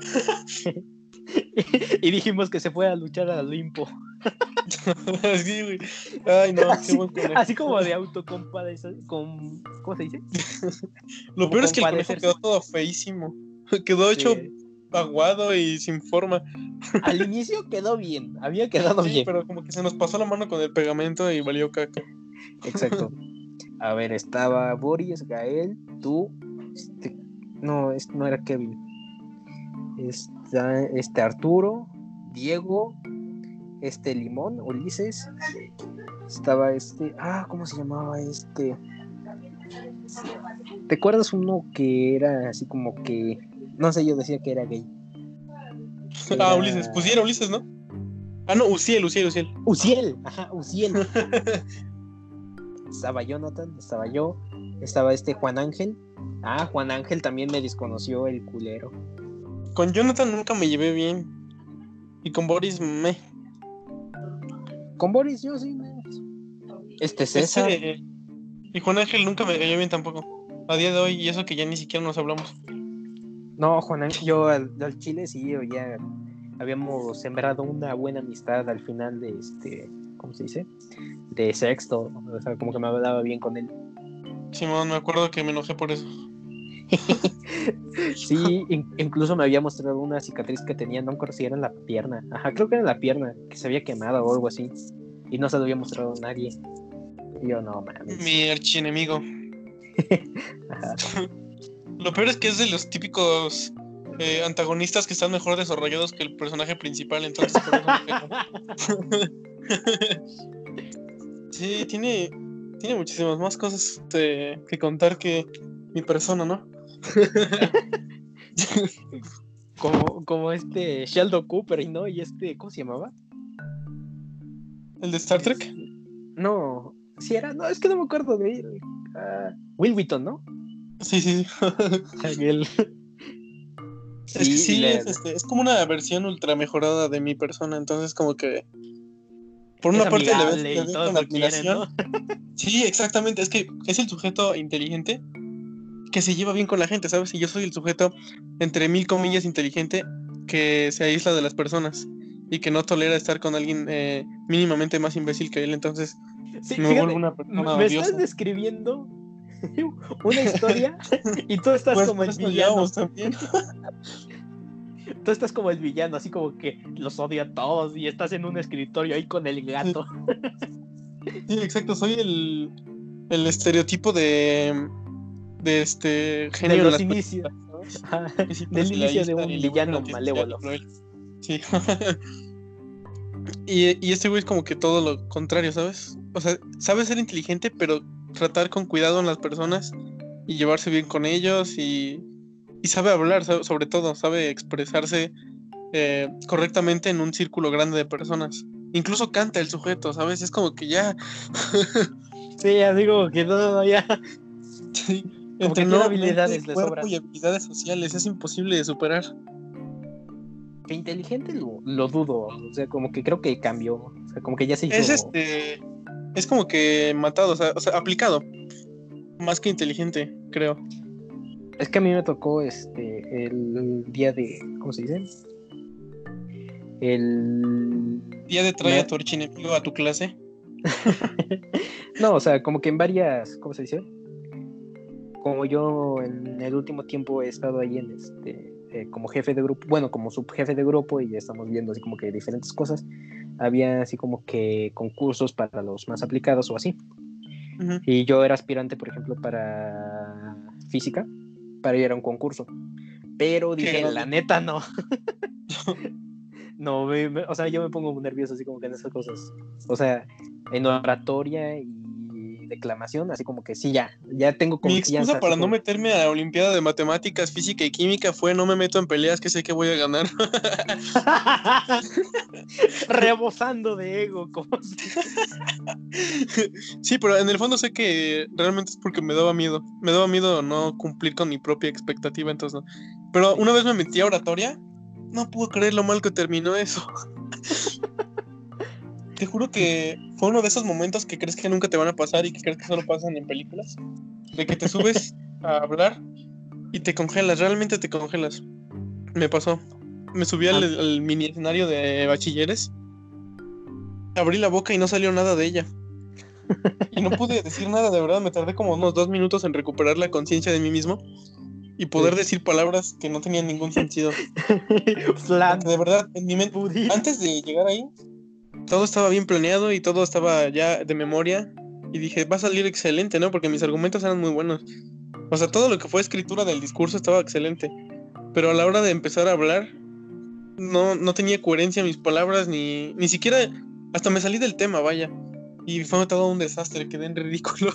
Y dijimos que se fue a luchar al Olimpo. Sí, güey. Ay, no, qué Así, buen conejo. así como de autocompadecer, con, ¿cómo se dice? Lo Como peor es que el conejo compadecerse. quedó todo feísimo. Quedó hecho Sí. aguado y sin forma. Al inicio quedó bien, había quedado Sí, bien. pero como que se nos pasó la mano con el pegamento y valió caca. Exacto. A ver, estaba Boris, Gael, tú, este, no, este no era Kevin. Está este Arturo, Diego, este Limón, Ulises. Estaba este, ah, ¿cómo se llamaba este? ¿Te acuerdas uno que era así como que, no sé, yo decía que era gay? Ah, Ulises, pues sí Era era Ulises, ¿no? Ah, no, Uciel, Uciel, Uciel. Uciel, ajá, Uciel. Estaba Jonathan, estaba yo, estaba este Juan Ángel. Ah, Juan Ángel también me desconoció el culero. Con Jonathan nunca me llevé bien. Y con Boris me. Con Boris yo sí me... Este César. Ese. Y Juan Ángel nunca me cayó bien tampoco. A día de hoy, y eso que ya ni siquiera nos hablamos. No, Juan Ángel, yo al, al Chile sí, yo ya habíamos sembrado una buena amistad al final de este, ¿cómo se dice? De sexto, o sea, como que me hablaba bien con él. Simón, me acuerdo que me enojé por eso. Sí, in- incluso me había mostrado una cicatriz que tenía, no me acuerdo si era en la pierna. Ajá, creo que era en la pierna, que se había quemado o algo así. Y no se lo había mostrado a nadie. Y yo, no mames. Mi archienemigo. Ajá. Lo peor es que es de los típicos eh, antagonistas que están mejor desarrollados que el personaje principal, entonces por eso me pega. Sí, tiene, tiene muchísimas más cosas eh, que contar que mi persona, ¿no? Como, como este Sheldon Cooper, y no, y este, ¿cómo se llamaba? ¿El de Star Es- Trek? no, si era, no, es que no me acuerdo de él. Ah, Will Wheaton, ¿no? Sí, sí, sí. Aquel. Es que Sí, y sí, le, es, este, es como una versión ultra mejorada de mi persona, entonces como que por es una parte le ves, amigable le y ves todos con lo quieren, ¿no? admiración. Sí, exactamente, es que es el sujeto inteligente que se lleva bien con la gente, ¿sabes? Y yo soy el sujeto, entre mil comillas, inteligente, que se aísla de las personas y que no tolera estar con alguien eh, mínimamente más imbécil que él, entonces Sí, me vuelvo fíjate, una me persona me estás odiosa. describiendo una historia y tú estás Pues como por el eso nos villano. llevamos también. Tú estás como el villano, así como que los odia a todos y estás en un escritorio ahí con el Sí, gato. sí, exacto, soy el, el estereotipo de, de este De genio en los las inicios. películas, ¿sabes? Ajá, Que siempre del se le inicio de aísla un y le vuelve villano antisocial y malévolo. cruel. Sí. Y, y este güey es como que todo lo contrario, ¿sabes? O sea, sabe ser inteligente, pero tratar con cuidado a las personas y llevarse bien con ellos y, y sabe hablar, sabe- sobre todo, sabe expresarse eh, correctamente en un círculo grande de personas. Incluso canta el sujeto, ¿sabes? Es como que ya, Sí, así como que no, ya. sí, Como que tiene entrenó mente, habilidades, le cuerpo sobran. y habilidades sociales, es imposible de superar. Que inteligente lo, lo dudo. O sea, como que creo que cambió. O sea, como que ya se Es hizo. este, es como que matado, o sea, o sea, aplicado, más que inteligente, creo. Es que a mí me tocó este el día de. ¿Cómo se dice? El. Día de trae a me- tu archienemigo a tu clase. No, o sea, como que en varias. ¿Cómo se dice? Como yo en el último tiempo he estado ahí en este. Eh, como jefe de grupo, bueno, como subjefe de grupo, y ya estamos viendo así como que diferentes cosas. Había así como que concursos para los más aplicados o así. Ujú. Y yo era aspirante, por ejemplo, para física. para ir a un concurso. Pero Qué dije, grave. la neta, no. No, me- me- o sea, yo me pongo nervioso así como que en esas cosas. O sea, en oratoria y declamación, así como que sí, ya, ya tengo Mi confianza. excusa Así para no como... meterme a la Olimpiada de Matemáticas, Física y Química fue no me meto en peleas que sé que voy a ganar. Rebosando de ego, como si... Sí, pero en el fondo sé que realmente es porque me daba miedo. Me daba miedo no cumplir con mi propia expectativa, entonces no. Pero Sí. una vez me metí a oratoria, no puedo creer lo mal que terminó eso. Te juro que fue uno de esos momentos que crees que nunca te van a pasar y que crees que solo pasan en películas. De que te subes a hablar y te congelas, realmente te congelas. Me pasó. Me subí al, Ah, al mini escenario de bachilleres, abrí la boca y no salió nada de ella. Y no pude decir nada, de verdad, me tardé como unos dos minutos en recuperar la conciencia de mí mismo y poder sí. decir palabras que no tenían ningún sentido. Flan, Porque de verdad, en mi mente, budín. antes de llegar ahí, todo estaba bien planeado y todo estaba ya de memoria. Y dije, va a salir excelente, ¿no? Porque mis argumentos eran muy buenos. O sea, todo lo que fue escritura del discurso estaba excelente. Pero a la hora de empezar a hablar, no, no tenía coherencia en mis palabras, ni, ni siquiera, hasta me salí del tema, vaya. Y fue todo un desastre, quedé en ridículo.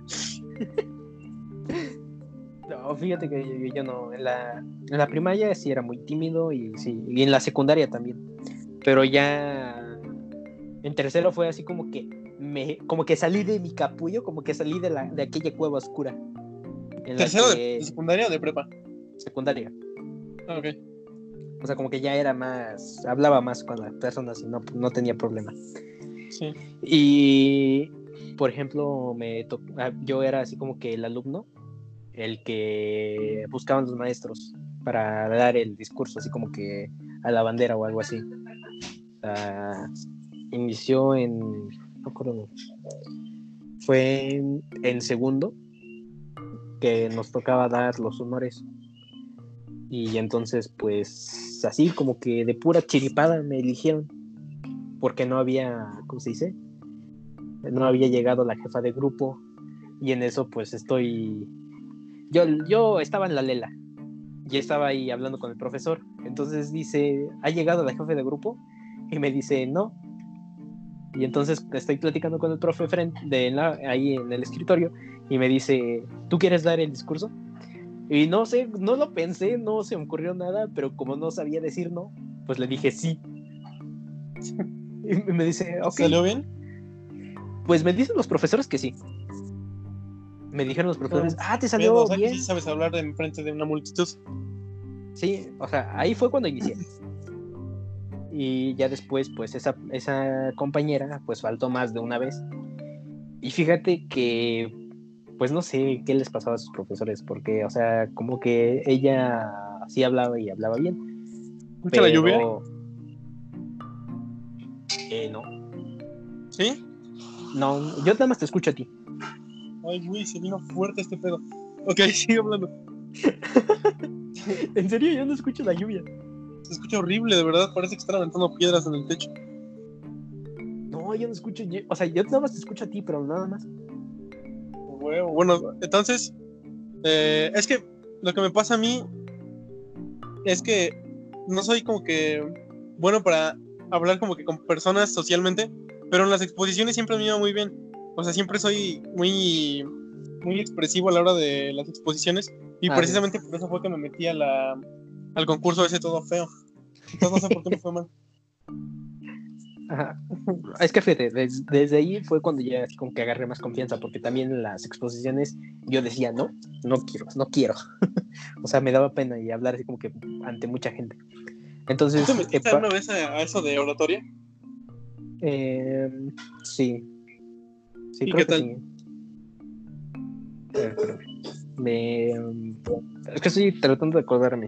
No, fíjate que yo, yo no, en la, en la primaria sí era muy tímido y sí, y en la secundaria también. Pero ya en tercero fue así como que me, como que salí de mi capullo, como que salí de la, de aquella cueva oscura en la ¿Tercero de, de que secundaria o de prepa? secundaria. Ah, ok, O sea, como que ya era más, hablaba más con las personas y no, no tenía problema. sí. Y, por ejemplo, me to- ah, yo era así como que el alumno, el que buscaban los maestros para dar el discurso, así como que a la bandera o algo así. Ah, inició en, no me acuerdo, fue en, en segundo que nos tocaba dar los honores. Y entonces, pues, así como que de pura chiripada me eligieron, porque no había, ¿cómo se dice? No había llegado la jefa de grupo, y en eso, pues, estoy... Yo, yo estaba en la lela, y estaba ahí hablando con el profesor. Entonces dice, ¿ha llegado la jefa de grupo? Y me dice, no. Y entonces estoy platicando con el profe frente de la, ahí en el escritorio, y me dice, ¿tú quieres dar el discurso? Y no sé, no lo pensé, no se me ocurrió nada, pero como no sabía decir no, pues le dije sí. Y me dice, ok, ¿Salió bien? pues me dicen los profesores que sí. Me dijeron los No, profesores, ah, te bien, o salió sea que sí bien. sabes hablar en frente de una multitud. Sí, o sea, ahí fue cuando inicié. Y ya después, pues esa, esa compañera, pues faltó más de una vez. Y fíjate que, pues no sé qué les pasaba a sus profesores, porque, o sea, como que ella sí hablaba y hablaba bien, ¿Escucha la lluvia? pero eh, no. ¿Sí? No, yo nada más te escucho a ti. Ay, güey, se vino fuerte este pedo. Ok, sigue hablando. En serio, yo no escucho la lluvia. Se escucha horrible, de verdad, parece que están aventando piedras en el techo. No, yo no escucho. Yo- o sea, yo nada más te escucho a ti, pero nada más. Huevo. Bueno, entonces, eh, es que lo que me pasa a mí es que no soy como que bueno para hablar como que con personas socialmente, pero en las exposiciones siempre me iba muy bien. O sea, siempre soy muy, muy expresivo a la hora de las exposiciones y Ah, sí. precisamente por eso fue que me metí a la, al concurso ese todo feo. Entonces no sé por qué me fue mal. Ajá. Es que fíjate, des- desde ahí fue cuando ya como que agarré más confianza, porque también en las exposiciones yo decía, no, no quiero, no quiero. O sea, me daba pena y hablar así como que ante mucha gente. ¿Tú te Entonces, eh, metiste pa- alguna vez a, a eso de oratoria? eh, sí, sí, ¿Y creo qué que tal? sí. A ver, espérame. Me, es que estoy tratando de acordarme,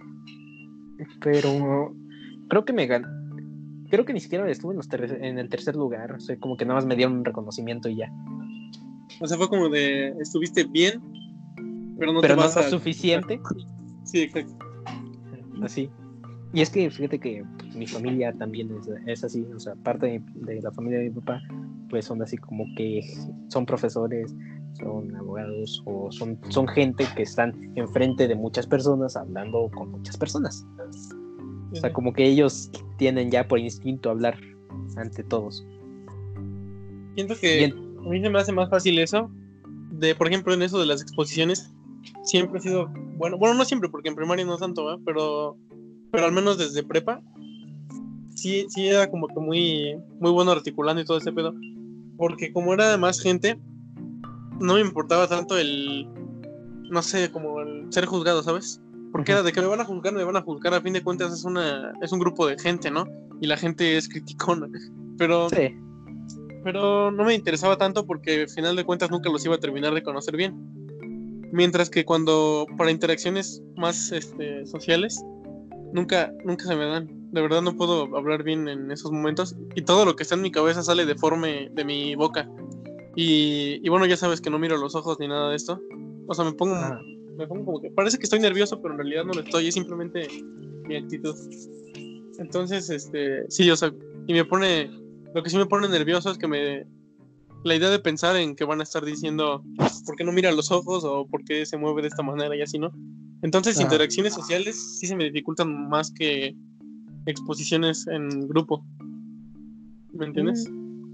pero creo que me gané. Creo que ni siquiera estuve en, los ter- en el tercer lugar. O sea, como que nada más me dieron un reconocimiento y ya. O sea, fue como de, estuviste bien, pero no te Pero no vas lo a calificar. suficiente. Sí, exacto. Así. Y es que fíjate que pues, mi familia también es, es así. O sea, parte de, de la familia de mi papá, pues son así como que son profesores. son abogados o son, son gente que están enfrente de muchas personas hablando con muchas personas. O sea, como que ellos tienen ya por instinto hablar ante todos. Siento que en... a mí se me hace más fácil eso, de por ejemplo en eso de las exposiciones, siempre he sido, bueno, bueno no siempre porque en primaria no tanto, ¿eh? pero, pero al menos desde prepa, sí, sí era como que muy, muy bueno articulando y todo ese pedo, porque como era más gente, no me importaba tanto el, no sé, como el ser juzgado, ¿sabes? Porque era de que me van a juzgar, me van a juzgar, a fin de cuentas es una es un grupo de gente, ¿no? Y la gente es criticona. Pero, sí. pero no me interesaba tanto porque al final de cuentas nunca los iba a terminar de conocer bien. Mientras que cuando para interacciones más este, sociales, nunca, nunca se me dan. De verdad no puedo hablar bien en esos momentos. Y todo lo que está en mi cabeza sale deforme de mi boca. Y, y bueno, ya sabes que no miro los ojos ni nada de esto. O sea, me pongo... Ah. Me pongo como que parece que estoy nervioso, pero en realidad no lo estoy, es simplemente mi actitud. Entonces, este, sí, o sea, y me pone, lo que sí me pone nervioso es que me, la idea de pensar en que van a estar diciendo, ¿por qué no mira los ojos? O ¿por qué se mueve de esta manera? Y así, ¿no? Entonces, ah. interacciones sociales sí se me dificultan más que exposiciones en grupo. ¿Me entiendes?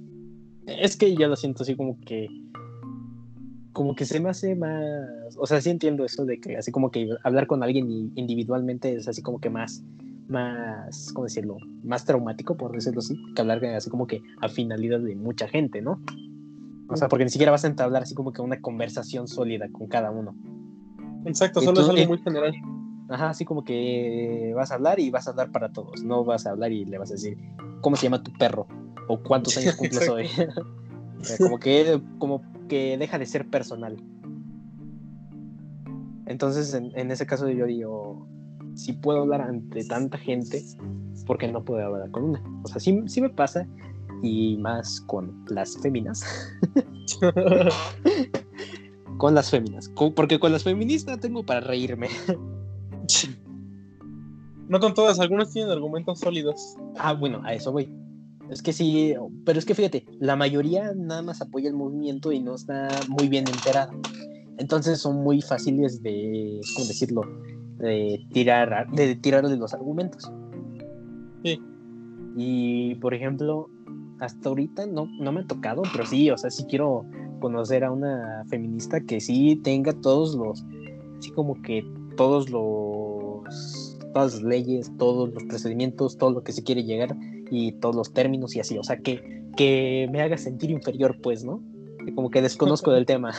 Es que yo lo siento así como que como que se me hace más, o sea, sí entiendo eso de que así como que hablar con alguien individualmente es así como que más, más, ¿cómo decirlo? Más traumático, por decirlo así, que hablar así como que a finalidad de mucha gente, ¿no? O sea, porque ni siquiera vas a entablar así como que una conversación sólida con cada uno. Exacto, solo tú, es algo eh, muy general. Ajá, así como que vas a hablar y vas a hablar para todos, no vas a hablar y le vas a decir, ¿cómo se llama tu perro? O cuántos años cumples hoy. O sea, como que, como que deja de ser personal. Entonces, en, en ese caso yo digo, si puedo hablar ante tanta gente, ¿por qué no puedo hablar con una? O sea, sí, sí me pasa, y más con las féminas. Con las féminas, con, porque con las feministas tengo para reírme. No con todas, algunas tienen argumentos sólidos. Ah, bueno, a eso voy. Es que sí, pero es que fíjate, la mayoría nada más apoya el movimiento y no está muy bien enterada. Entonces son muy fáciles de, ¿cómo decirlo? De tirar, de tirarle los argumentos. Sí. Y por ejemplo, hasta ahorita no, no me ha tocado, pero sí, o sea, sí quiero conocer a una feminista que sí tenga todos los, así como que todos los, todas las leyes, todos los procedimientos, todo lo que se quiere llegar y todos los términos y así, o sea, que, que me haga sentir inferior, pues, ¿no? Como que desconozco del tema.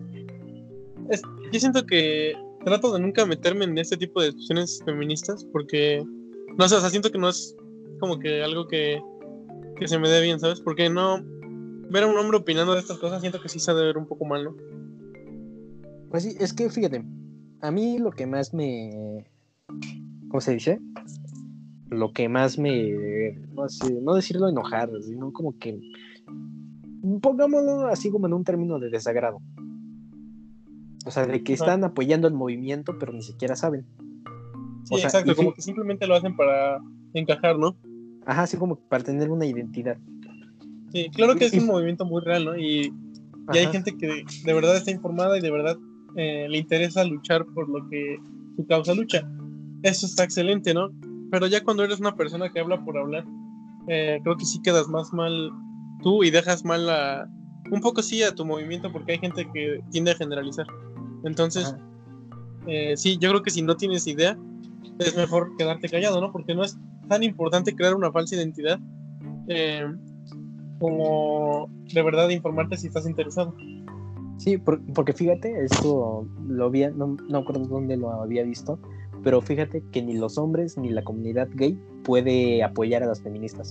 Es, yo siento que trato de nunca meterme en este tipo de discusiones feministas porque, no sé, o sea, siento que no es como que algo que, que se me dé bien, ¿sabes? Porque no, ver a un hombre opinando de estas cosas siento que sí se ha de ver un poco mal, ¿no? Pues sí, es que fíjate, a mí lo que más me, ¿cómo se dice? Lo que más me, no sé, no decirlo enojar, sino como que, pongámoslo así como en un término de desagrado. O sea, de que están Ajá. apoyando el movimiento, pero ni siquiera saben. Sí, o sea, exacto, como fi- que simplemente lo hacen para encajar, ¿no? Ajá, así como para tener una identidad. Sí, claro que es y, un y... movimiento muy real, ¿no? Y, y hay gente que de, de verdad está informada y de verdad eh, le interesa luchar por lo que su causa lucha. Eso está excelente, ¿no? Pero ya cuando eres una persona que habla por hablar, eh, creo que sí quedas más mal tú y dejas mal a, un poco sí a tu movimiento porque hay gente que tiende a generalizar. Entonces, eh, sí, yo creo que si no tienes idea, es mejor quedarte callado, ¿no? Porque no es tan importante crear una falsa identidad eh, como de verdad informarte si estás interesado. Sí, por, porque fíjate, esto lo había, no, no acuerdo dónde lo había visto, pero fíjate que ni los hombres ni la comunidad gay puede apoyar a las feministas.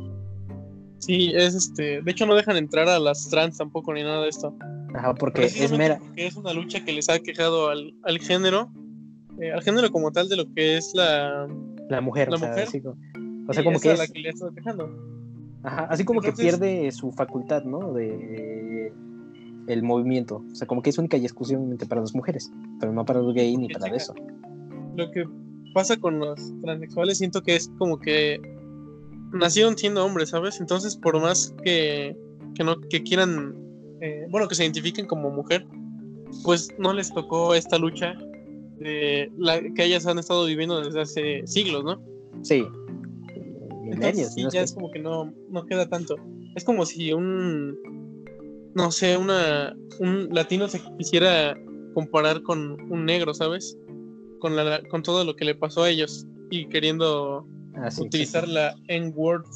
Sí, es este, de hecho no dejan entrar a las trans tampoco ni nada de esto. Ajá, porque es mera. Porque es una lucha que les ha quejado al, al género, eh, al género como tal de lo que es la, la mujer, la o sea, mujer. Así, o sea, como es que a es la que le ha estado quejando. Ajá, así como Entonces, que pierde su facultad, ¿no? De el movimiento, o sea, como que es única y exclusivamente para las mujeres, pero no para los gays ni para chica, eso. Lo que pasa con los transexuales siento que es como que nacieron siendo hombres, ¿sabes? Entonces, por más que, que no que quieran eh, bueno, que se identifiquen como mujer, pues no les tocó esta lucha de la que ellas han estado viviendo desde hace siglos, ¿no? Sí. Entonces Milenios, sí, no es ya que... es como que no, no queda tanto. Es como si un, no sé, una, un latino se quisiera comparar con un negro, ¿sabes? Con la, con todo lo que le pasó a ellos y queriendo Ah, sí, utilizar exacto. la N-word.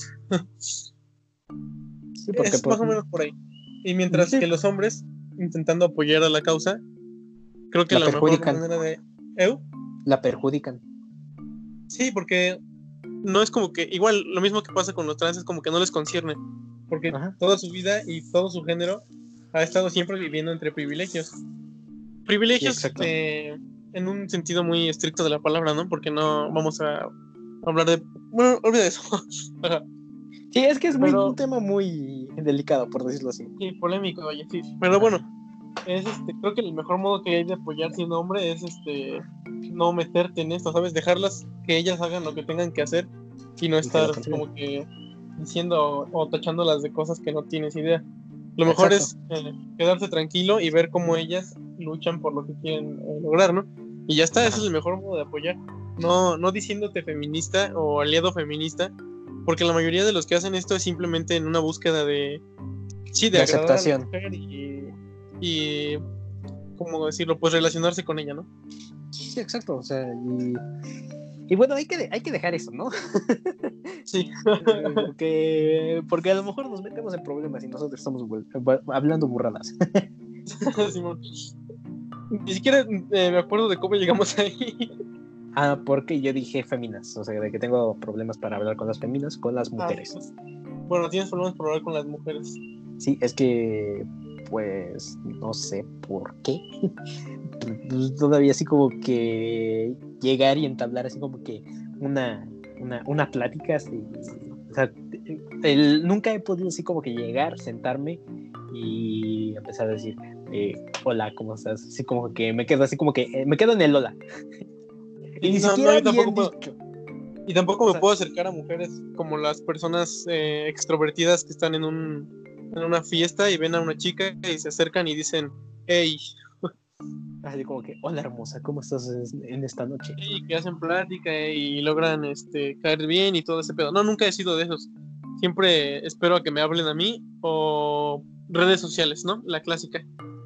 Sí, porque Es más por... o menos por ahí. Y mientras sí, que los hombres, intentando apoyar a la causa, creo que la la mejor perjudican, manera de... ¿Eu? la perjudican. Sí, porque no es como que, igual, lo mismo que pasa con los trans, es como que no les concierne, porque Ajá, toda su vida y todo su género ha estado siempre viviendo entre privilegios. sí, Privilegios exacto. eh, en un sentido muy estricto de la palabra, ¿no? Porque no vamos a hablar de... Bueno, olvida eso. Ajá. Sí, es que es muy, un Pero, tema muy delicado, por decirlo así. sí, polémico, oye, sí. Pero Ajá. bueno, es este, creo que el mejor modo que hay de apoyar siendo hombre es este no meterte en esto, ¿sabes? Dejarlas que ellas hagan lo que tengan que hacer y no Y que lo estar consigan. como que diciendo o tachándolas de cosas que no tienes idea. Lo mejor Exacto. es eh, quedarse tranquilo y ver cómo ellas luchan por lo que quieren eh, lograr, ¿no? Y ya está, ese Ajá. es el mejor modo de apoyar. No, no diciéndote feminista o aliado feminista, porque la mayoría de los que hacen esto es simplemente en una búsqueda de, sí, de De agradar a la aceptación. mujer y, y ¿cómo decirlo? Pues relacionarse con ella, ¿no? Sí, exacto. O sea, y, y bueno, hay que, de- hay que dejar eso, ¿no? Sí. Eh, porque, porque a lo mejor nos metemos en problemas y nosotros estamos bu- bu- hablando burradas. Simón. Ni siquiera eh, me acuerdo de cómo llegamos ahí. Ah, porque yo dije féminas, o sea, de que tengo problemas para hablar con las féminas, con las Ah, mujeres. pues, bueno, tienes problemas por hablar con las mujeres. Sí, es que, pues, no sé por qué. Pues, todavía así como que llegar y entablar así como que una, una, una plática así. O sea, el, nunca he podido así como que llegar, sentarme y empezar a decir, eh, hola, ¿cómo estás? Así como que me quedo así como que, eh, me quedo en el hola. Y Sí, ni no, no, siquiera yo tampoco bien puedo. dicho. Y tampoco O me sea, puedo acercar a mujeres como las personas eh, extrovertidas que están en un en una fiesta y ven a una chica y se acercan y dicen, hey, así como que, hola hermosa, ¿cómo estás en esta noche? y que hacen plática eh, y logran este caer bien y todo ese pedo. No, nunca he sido de esos. Siempre espero a que me hablen a mí o redes sociales, ¿no? La clásica.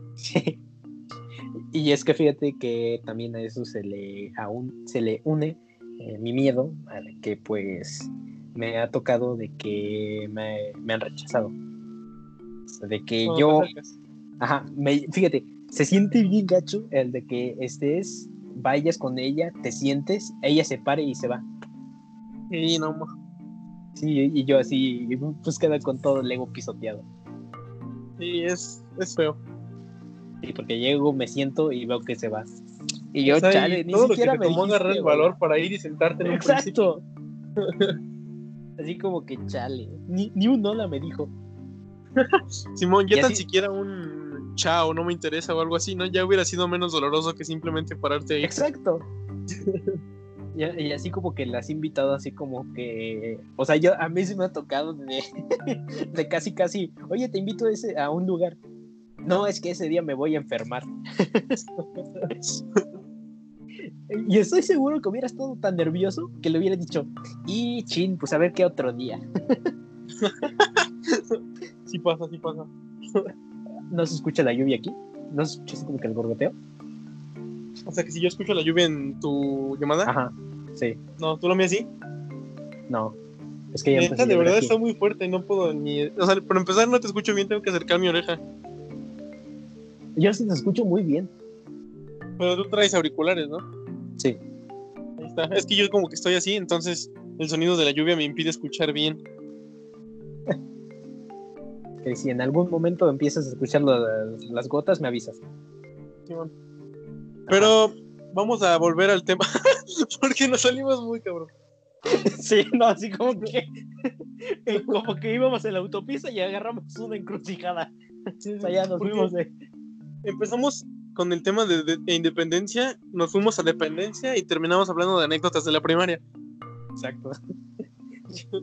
Y es que fíjate que también a eso se le, aún, se le une eh, mi miedo a que pues me ha tocado de que me, me han rechazado. O sea, de que Cuando te yo, acercas. ajá, me, fíjate, se siente bien gacho el de que estés, vayas con ella, te sientes, ella se pare y se va. Y no, Sí, y yo así, pues queda con todo el ego pisoteado. sí, es, es feo. Sí, porque llego, me siento y veo que se va. Y O yo, sea, y chale, ni todo lo que siquiera te me tomó agarrar dijiste el hola. valor para ir y sentarte en un principio. Exacto. Así como que chale. Ni, ni un hola me dijo. Simón, Y ya tan así, siquiera un chao, no me interesa o algo así, ¿no? Ya hubiera sido menos doloroso que simplemente pararte a irte. exacto. Y, y así como que las he invitado así como que, o sea, yo a mí sí me ha tocado de, de casi casi, oye, te invito a, ese, a un lugar. No, es que ese día me voy a enfermar. Y estoy seguro que hubiera estado tan nervioso que le hubiera dicho, y chin, pues a ver qué otro día. Sí pasa, sí pasa. ¿No se escucha la lluvia aquí? ¿No se escucha así como que el gorgoteo? O sea que si yo escucho la lluvia en tu llamada, Ajá, sí, no, tú lo mías sí. no. Es que ya empezó Neta, a de llover verdad aquí. está muy fuerte, no puedo ni. O sea, por empezar no te escucho bien, tengo que acercar mi oreja. Yo sí te escucho muy bien. Pero tú traes auriculares, ¿no? Sí. Ahí está. Es que yo como que estoy así, entonces el sonido de la lluvia me impide escuchar bien. Que si en algún momento empiezas a escuchar las, las gotas, me avisas. Simón. Ajá. Pero vamos a volver al tema, porque nos salimos muy cabrón. Sí, no, así como que como que íbamos en la autopista y agarramos una encrucijada. Sí, O sea, sí, ya nos porque fuimos de. empezamos con el tema de, de, de independencia, nos fuimos a dependencia y terminamos hablando de anécdotas de la primaria. Exacto.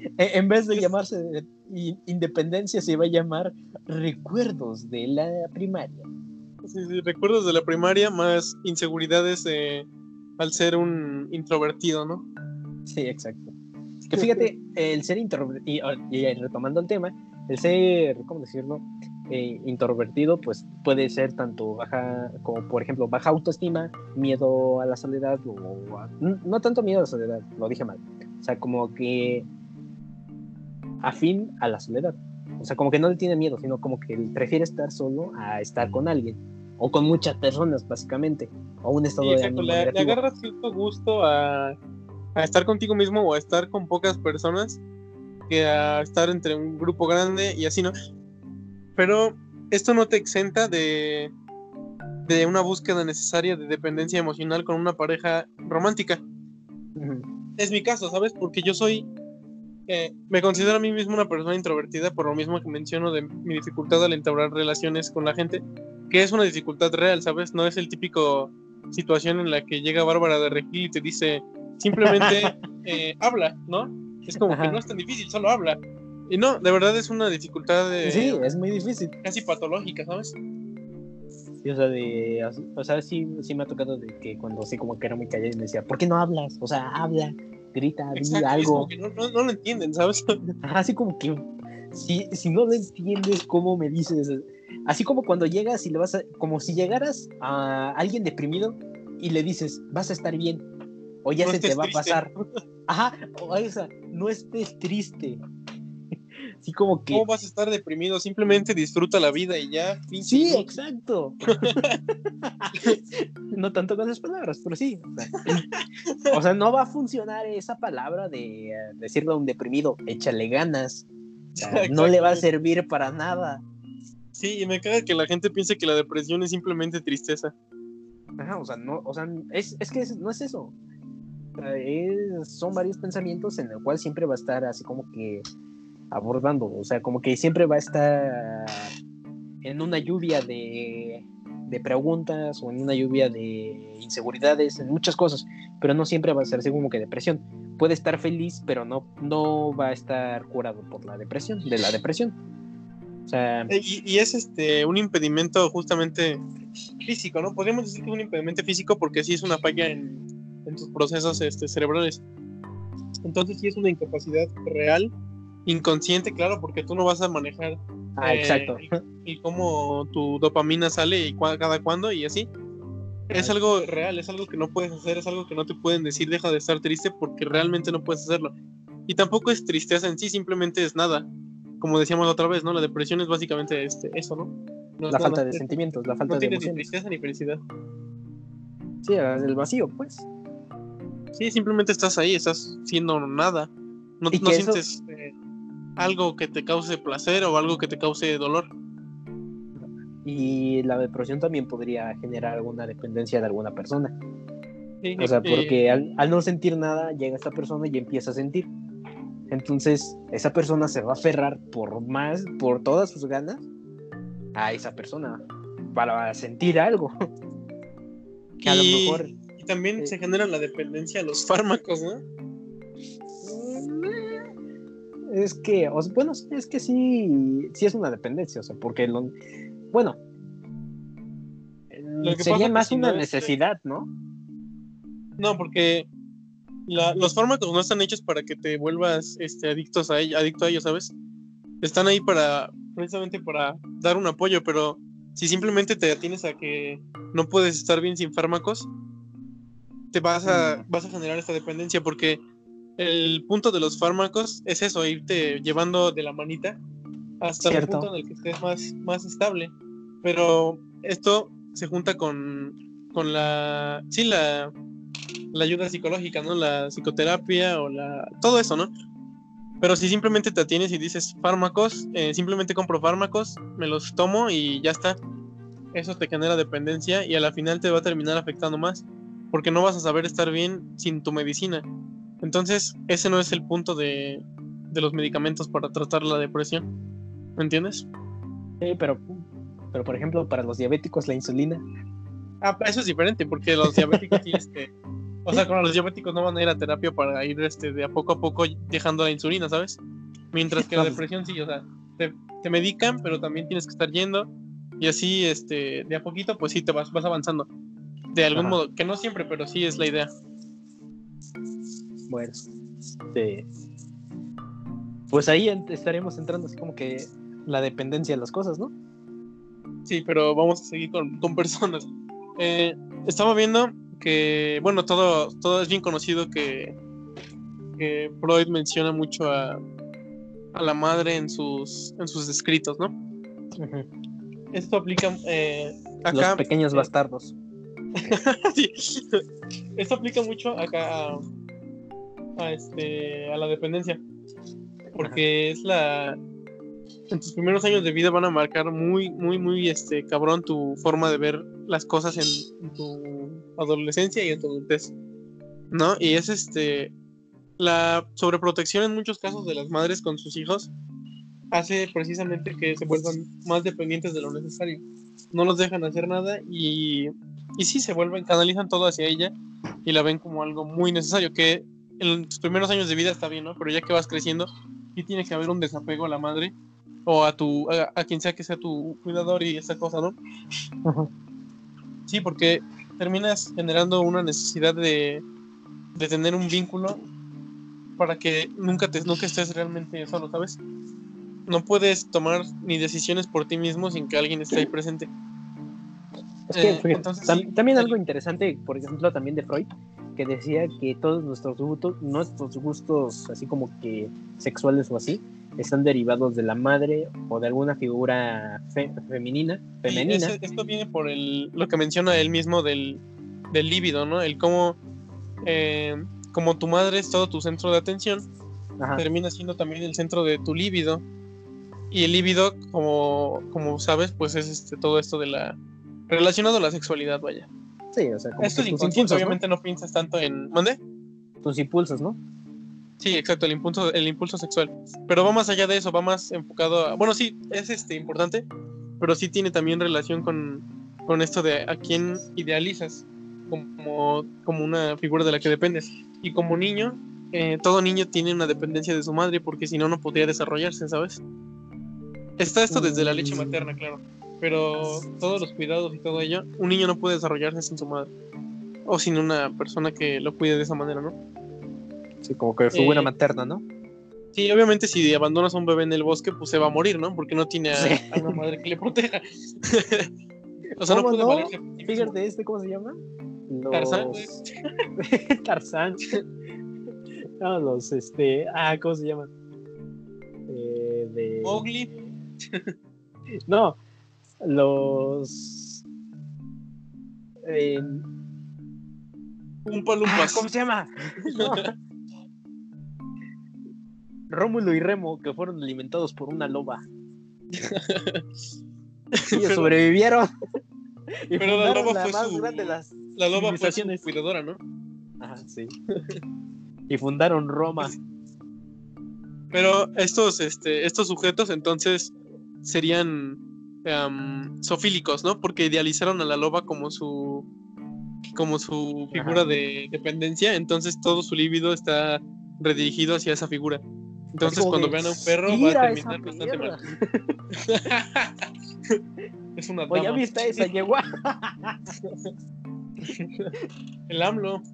En vez de llamarse Independencia, se va a llamar Recuerdos de la Primaria. Sí, sí, recuerdos de la primaria más inseguridades eh, al ser un introvertido, ¿no? Sí, exacto. Que fíjate, el ser introvertido, y, y retomando el tema, el ser, ¿cómo decirlo? Eh, introvertido, pues puede ser tanto baja, como por ejemplo, baja autoestima, miedo a la soledad, o a, no tanto miedo a la soledad, lo dije mal. O sea, como que afín a la soledad. O sea, como que no le tiene miedo, sino como que prefiere estar solo a estar con alguien. O con muchas personas, básicamente. O un estado Sí, de exacto, ánimo le, le negativo. agarras cierto gusto a, a estar contigo mismo o a estar con pocas personas que a estar entre un grupo grande y así, ¿no? Pero esto no te exenta de, de una búsqueda necesaria de dependencia emocional con una pareja romántica. Uh-huh. Es mi caso, ¿sabes? Porque yo soy, eh, me considero a mí mismo una persona introvertida por lo mismo que menciono de mi dificultad al entablar relaciones con la gente, que es una dificultad real, ¿sabes? No es el típico situación en la que llega Bárbara de Regil y te dice, simplemente eh, habla, ¿no? Es como Ajá. que no es tan difícil, solo habla. Y no, de verdad es una dificultad de, sí, es muy difícil. Casi patológica, ¿sabes? Sí, o sea, de, o sea, sí, sí me ha tocado de que cuando sí como que era muy callado y me decía, ¿por qué no hablas? O sea, habla, grita, di algo. Es como que no, no, no lo entienden, ¿sabes? Ajá, así como que si, si no lo entiendes, ¿cómo me dices? Así como cuando llegas y le vas a, como si llegaras a alguien deprimido y le dices, vas a estar bien, o ya no se te va triste. a pasar. Ajá, o esa, no estés triste. Así como que... ¿Cómo vas a estar deprimido? Simplemente disfruta la vida y ya. Sí, inútil. Exacto. No tanto con esas palabras, pero sí. O sea, o sea, no va a funcionar esa palabra de uh, decirle a un deprimido, échale ganas. O sea, no le va a servir para nada. Sí, y me caga que la gente piense que la depresión es simplemente tristeza. Ajá, o sea, no, o sea, es, es que es, no es eso. O sea, es, son varios pensamientos en el cual siempre va a estar así como que abordando, o sea, como que siempre va a estar en una lluvia de, de preguntas o en una lluvia de inseguridades, en muchas cosas, pero no siempre va a ser así como que depresión. Puede estar feliz, pero no, no va a estar curado por la depresión, de la depresión. O sea, y, y es este un impedimento justamente físico, ¿no? Podríamos decir que es un impedimento físico porque sí es una falla en, en tus procesos este, cerebrales. Entonces sí es una incapacidad real, inconsciente, claro, porque tú no vas a manejar ah, eh, exacto. y, y cómo tu dopamina sale y cu- cada cuándo y así. Es ah, algo real, es algo que no puedes hacer, es algo que no te pueden decir deja de estar triste porque realmente no puedes hacerlo. Y tampoco es tristeza en sí, simplemente es nada. Como decíamos otra vez, ¿no? La depresión es básicamente este, eso, ¿no? no la falta nada. de sentimientos, la falta no de emociones. No tienes ni tristeza ni felicidad. Sí, el vacío, pues. Sí, simplemente estás ahí, estás siendo nada. No, no sientes eso... eh, algo que te cause placer o algo que te cause dolor. Y la depresión también podría generar alguna dependencia de alguna persona. Sí, o sea, porque eh... al, al no sentir nada, llega esta persona y empieza a sentir. Entonces, esa persona se va a aferrar por más, por todas sus ganas, a esa persona para sentir algo. Que y, a lo mejor. Y también eh, se genera la dependencia a los fármacos, ¿no? Es que, o sea, bueno, es que sí, sí es una dependencia, o sea, porque lo, bueno, lo que sería más si una no necesidad, es, ¿no? No, porque la, los fármacos no están hechos para que te vuelvas este, adictos a ello, adicto a ellos, ¿sabes? Están ahí para, precisamente para dar un apoyo, pero si simplemente te atienes a que no puedes estar bien sin fármacos, te vas a, vas a generar esta dependencia, porque el punto de los fármacos es eso, irte llevando de la manita hasta el punto en el que estés más, más estable. Pero esto se junta con, con la, sí, la, la ayuda psicológica, ¿no? La psicoterapia o la, todo eso, ¿no? Pero si simplemente te atienes y dices fármacos, eh, simplemente compro fármacos, me los tomo y ya está. Eso te genera dependencia y a la final te va a terminar afectando más, porque no vas a saber estar bien sin tu medicina. Entonces, ese no es el punto de, de los medicamentos para tratar la depresión. ¿Me entiendes? Sí, pero, pero por ejemplo, para los diabéticos, la insulina. Ah, eso es diferente, porque los diabéticos sí, este, O sea, con los diabéticos no van a ir a terapia para ir este, de a poco a poco dejando la insulina, ¿sabes? Mientras que la depresión sí, o sea, te, te medican, pero también tienes que estar yendo. Y así, este, de a poquito, pues sí, te vas, vas avanzando. De algún Ajá. modo, que no siempre, pero sí es la idea. Bueno, este, pues ahí ent- estaremos entrando así como que la dependencia de las cosas, ¿no? Sí, pero vamos a seguir con, con personas. Eh, estaba viendo que, bueno, todo, todo es bien conocido que, que Freud menciona mucho a, a la madre en sus, en sus escritos, ¿no? Uh-huh. Esto aplica eh, Los acá. pequeños eh, bastardos. sí, esto aplica mucho acá a, a, este, a la dependencia, porque Ajá. es la. En tus primeros años de vida van a marcar muy, muy, muy, este, cabrón tu forma de ver las cosas en, en tu adolescencia y en tu adultez, ¿no? Y es este. La sobreprotección en muchos casos de las madres con sus hijos hace precisamente que se vuelvan más dependientes de lo necesario. No los dejan hacer nada y, y sí, se vuelven, canalizan todo hacia ella y la ven como algo muy necesario, que en tus primeros años de vida está bien, ¿no? Pero ya que vas creciendo, sí tiene que haber un desapego a la madre o a tu a, a quien sea que sea tu cuidador y esa cosa, ¿no? Uh-huh. Sí, porque terminas generando una necesidad de, de tener un vínculo para que nunca, te, nunca estés realmente solo, ¿sabes? No puedes tomar ni decisiones por ti mismo sin que alguien esté ahí presente. Es que, Eh, fíjate, entonces sí, tam- también algo el, interesante, por ejemplo, también de Freud, que decía que todos nuestros gustos, nuestros gustos, así como que sexuales o así, están derivados de la madre o de alguna figura fe- femenina, sí, femenina. ese, esto viene por el, lo que menciona él mismo del, del líbido, ¿no? El cómo, eh, como tu madre es todo tu centro de atención, Ajá. termina siendo también el centro de tu líbido. Y el líbido, como, como sabes, pues es este, todo esto de la relacionado a la sexualidad, vaya. Sí, o sea, como Esto que es tus inconsciente, impulsos, ¿no? obviamente no piensas tanto en. ¿Mande? Tus impulsos, ¿no? Sí, exacto, el impulso, el impulso sexual. Pero va más allá de eso, va más enfocado a. Bueno, sí, es este importante, pero sí tiene también relación con, con esto de a quién idealizas como, como una figura de la que dependes. Y como niño, eh, todo niño tiene una dependencia de su madre, porque si no, no podría desarrollarse, ¿sabes? Está esto desde la leche materna, claro. Pero todos los cuidados y todo ello, un niño no puede desarrollarse sin su madre. O sin una persona que lo cuide de esa manera, ¿no? Sí, como que figura Eh, materna, ¿no? sí, obviamente si abandonas a un bebé en el bosque, pues se va a morir, ¿no? Porque no tiene Sí. a, a una madre que le proteja. O sea, no ¿Cómo puede no? valerse por sí mismo. Fíjate este, ¿cómo se llama? Tarzán, güey. Los Tarzán. No, los este, ah, ¿cómo se llama? Eh, de Mowgli, No, los eh, Umpa ah, Lumpas. ¿cómo se llama? No. Rómulo y Remo, que fueron alimentados por una loba. Ellos pero, sobrevivieron y pero la fundaron loba la fue más grande de su. las La loba fue su civilizaciones. cuidadora, ¿no? Ajá, sí. Y fundaron Roma. Pues, pero estos, este, estos sujetos entonces serían um, zoofílicos, ¿no? Porque idealizaron a la loba como su como su figura Ajá. de dependencia, entonces todo su líbido está redirigido hacia esa figura. Así Entonces como cuando que vean a un perro va a mira esa terminar bastante mal. perra. Es una O ya dama. viste esa yegua. El AMLO.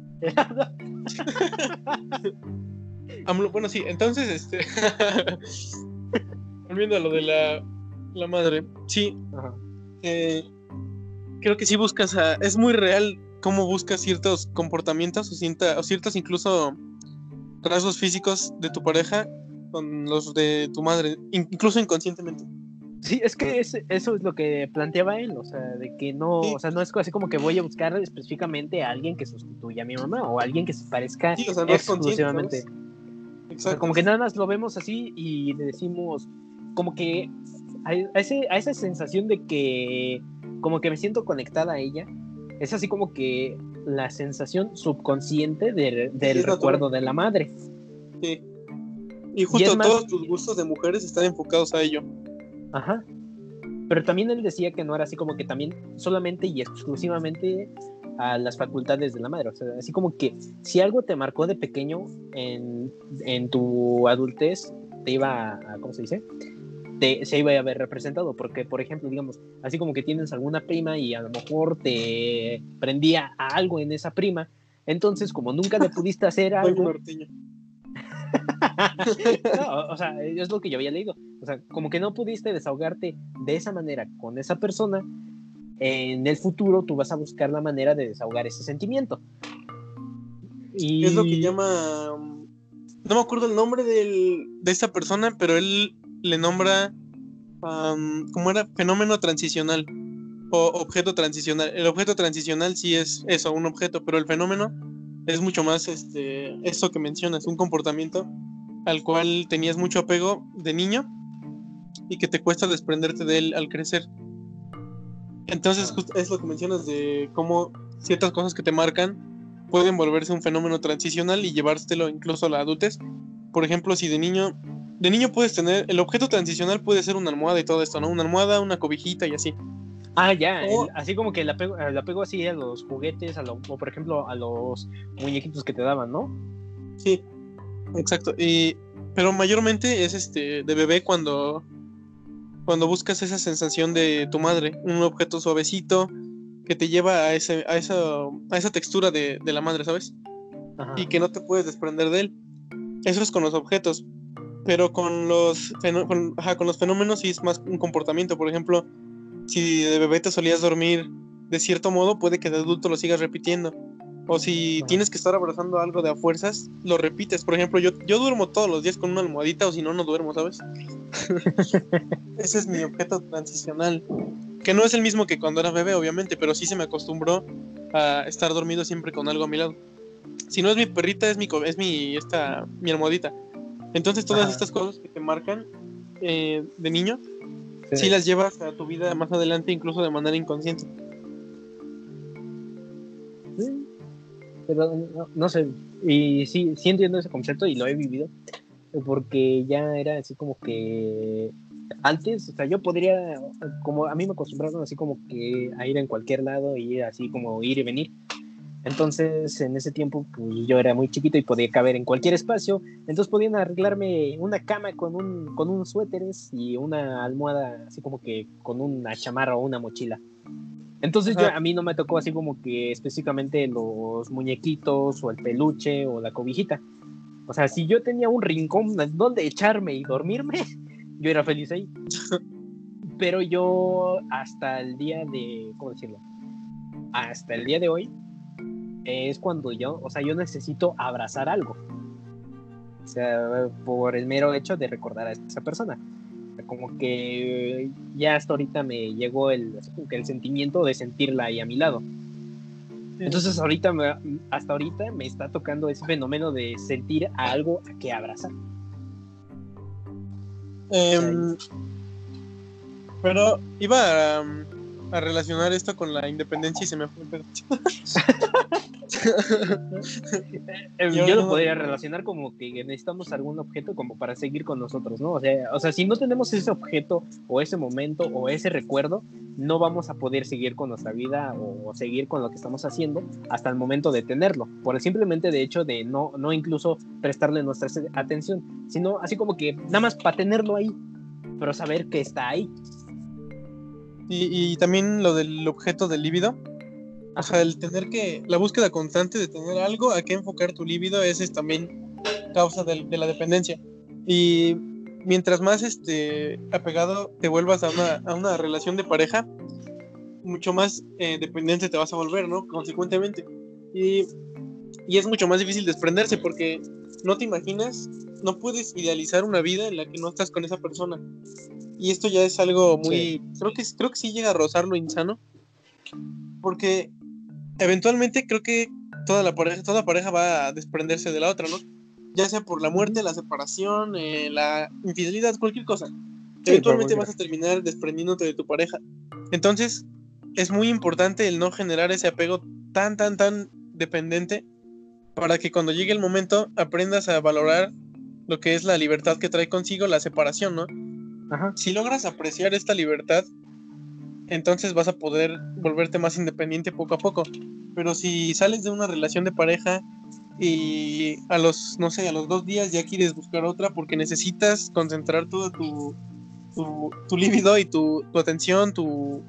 AMLO. Bueno, sí, entonces, este. Volviendo a lo de la, la madre. Sí. Ajá. Eh, creo que sí buscas a. Es muy real cómo buscas ciertos comportamientos o, cierta, o ciertos incluso rasgos físicos de tu pareja con los de tu madre, incluso inconscientemente. Sí, es que es, eso es lo que planteaba él, o sea, de que no, Sí, o sea, no es así como que voy a buscar específicamente a alguien que sustituya a mi mamá o a alguien que se parezca sí, o sea, no es consciente, exclusivamente. ¿sabes? O sea, Exacto. como que nada más lo vemos así y le decimos, como que a, ese, a esa sensación de que, como que me siento conectada a ella, es así como que la sensación subconsciente de, Sí, del es natural. recuerdo de la madre. Sí. Y Y justo es más, todos tus gustos de mujeres están enfocados a ello. ajá. Pero también él decía que no era así como que también solamente y exclusivamente a las facultades de la madre. O sea, así como que si algo te marcó de pequeño en, en tu adultez, te iba a, ¿cómo se dice? Te, se iba a haber representado, porque por ejemplo, digamos, así como que tienes alguna prima y a lo mejor te prendía a algo en esa prima, entonces como nunca le pudiste hacer algo, no, o sea, es lo que yo había leído, o sea, como que no pudiste desahogarte de esa manera con esa persona, en el futuro tú vas a buscar la manera de desahogar ese sentimiento. Y es lo que llama, um, no me acuerdo el nombre del, de esta persona, pero él le nombra um, ¿cómo era? Fenómeno transicional o objeto transicional. El objeto transicional sí es eso, un objeto, pero el fenómeno es mucho más este, eso que mencionas, un comportamiento al cual tenías mucho apego de niño y que te cuesta desprenderte de él al crecer. Entonces, justo es lo que mencionas de cómo ciertas cosas que te marcan pueden volverse un fenómeno transicional y llevártelo incluso a la adultez. Por ejemplo, si de niño, de niño puedes tener, el objeto transicional puede ser una almohada y todo esto, ¿no? Una almohada, una cobijita y así. Ah, ya, O, el, así como que el apego, el apego así a los juguetes, a lo, o por ejemplo a los muñequitos que te daban, ¿no? sí, exacto. Y, pero mayormente es este de bebé cuando, cuando buscas esa sensación de tu madre, un objeto suavecito que te lleva a, ese, a, esa, a esa textura de, de la madre, ¿sabes? Ajá. Y que no te puedes desprender de él. Eso es con los objetos. Pero con los, fenó- con, ajá, con los fenómenos sí es más un comportamiento. Por ejemplo, si de bebé te solías dormir de cierto modo, puede que de adulto lo sigas repitiendo. O si Ajá. tienes que estar abrazando algo de a fuerzas, lo repites. Por ejemplo, yo, yo duermo todos los días con una almohadita o si no, no duermo, ¿sabes? Ese es mi objeto transicional. Que no es el mismo que cuando era bebé, obviamente, pero sí se me acostumbró a estar dormido siempre con algo a mi lado. Si no es mi perrita, es mi, co- es mi, esta, mi almohadita. Entonces todas Ajá. estas cosas que te marcan eh, de niño, Sí. sí las llevas a tu vida más adelante, incluso de manera inconsciente. Sí, pero no, no sé, y sí, sí entiendo ese concepto y lo he vivido, porque ya era así como que antes, o sea, yo podría, como a mí me acostumbraron así como que a ir en cualquier lado y así como ir y venir. Entonces, en ese tiempo, pues yo era muy chiquito y podía caber en cualquier espacio. Entonces podían arreglarme una cama con un, con un suéteres y una almohada así como que con una chamarra o una mochila. Entonces yo, Ajá. a mí no me tocó así como que específicamente los muñequitos o el peluche o la cobijita. O sea, si yo tenía un rincón donde echarme y dormirme, yo era feliz ahí. Pero yo hasta el día de, ¿cómo decirlo? Hasta el día de hoy es cuando yo, o sea, yo necesito abrazar algo. O sea, por el mero hecho de recordar a esa persona. Como que ya hasta ahorita me llegó el, así como que el sentimiento de sentirla ahí a mi lado. Entonces ahorita me, hasta ahorita me está tocando ese fenómeno de sentir a algo a que abrazar. Eh, O sea, pero iba a, a relacionar esto con la independencia y se me fue el pedo. Y eh, ahora yo ya lo no podría recuerdo. relacionar como que necesitamos algún objeto como para seguir con nosotros, ¿no? O sea, o sea, si no tenemos ese objeto o ese momento o ese recuerdo, no vamos a poder seguir con nuestra vida o seguir con lo que estamos haciendo hasta el momento de tenerlo, por el simplemente de hecho de no, no incluso prestarle nuestra atención, sino así como que nada más para tenerlo ahí, pero saber que está ahí. Y, y también lo del objeto del líbido. O Ajá. sea, el tener que, la búsqueda constante de tener algo a qué enfocar tu líbido, ese es también causa de, de la dependencia. Y mientras más este, apegado te vuelvas a una, a una relación de pareja, mucho más eh, dependiente te vas a volver, ¿no? Consecuentemente. Y, y es mucho más difícil desprenderse porque no te imaginas, no puedes idealizar una vida en la que no estás con esa persona. Y esto ya es algo muy, Sí. creo que, creo que sí llega a rozar lo insano, porque eventualmente creo que toda la pareja, toda pareja va a desprenderse de la otra, ¿no? Ya sea por la muerte, la separación, eh, la infidelidad, cualquier cosa. Sí, por Eventualmente vas cualquiera. a terminar desprendiéndote de tu pareja. Entonces, es muy importante el no generar ese apego tan, tan, tan dependiente para que cuando llegue el momento aprendas a valorar lo que es la libertad que trae consigo la separación, ¿no? Ajá. Si logras apreciar esta libertad, entonces vas a poder volverte más independiente poco a poco. Pero si sales de una relación de pareja y a los, no sé, a los dos días ya quieres buscar otra porque necesitas concentrar todo tu, tu, tu líbido y tu, tu atención, tu,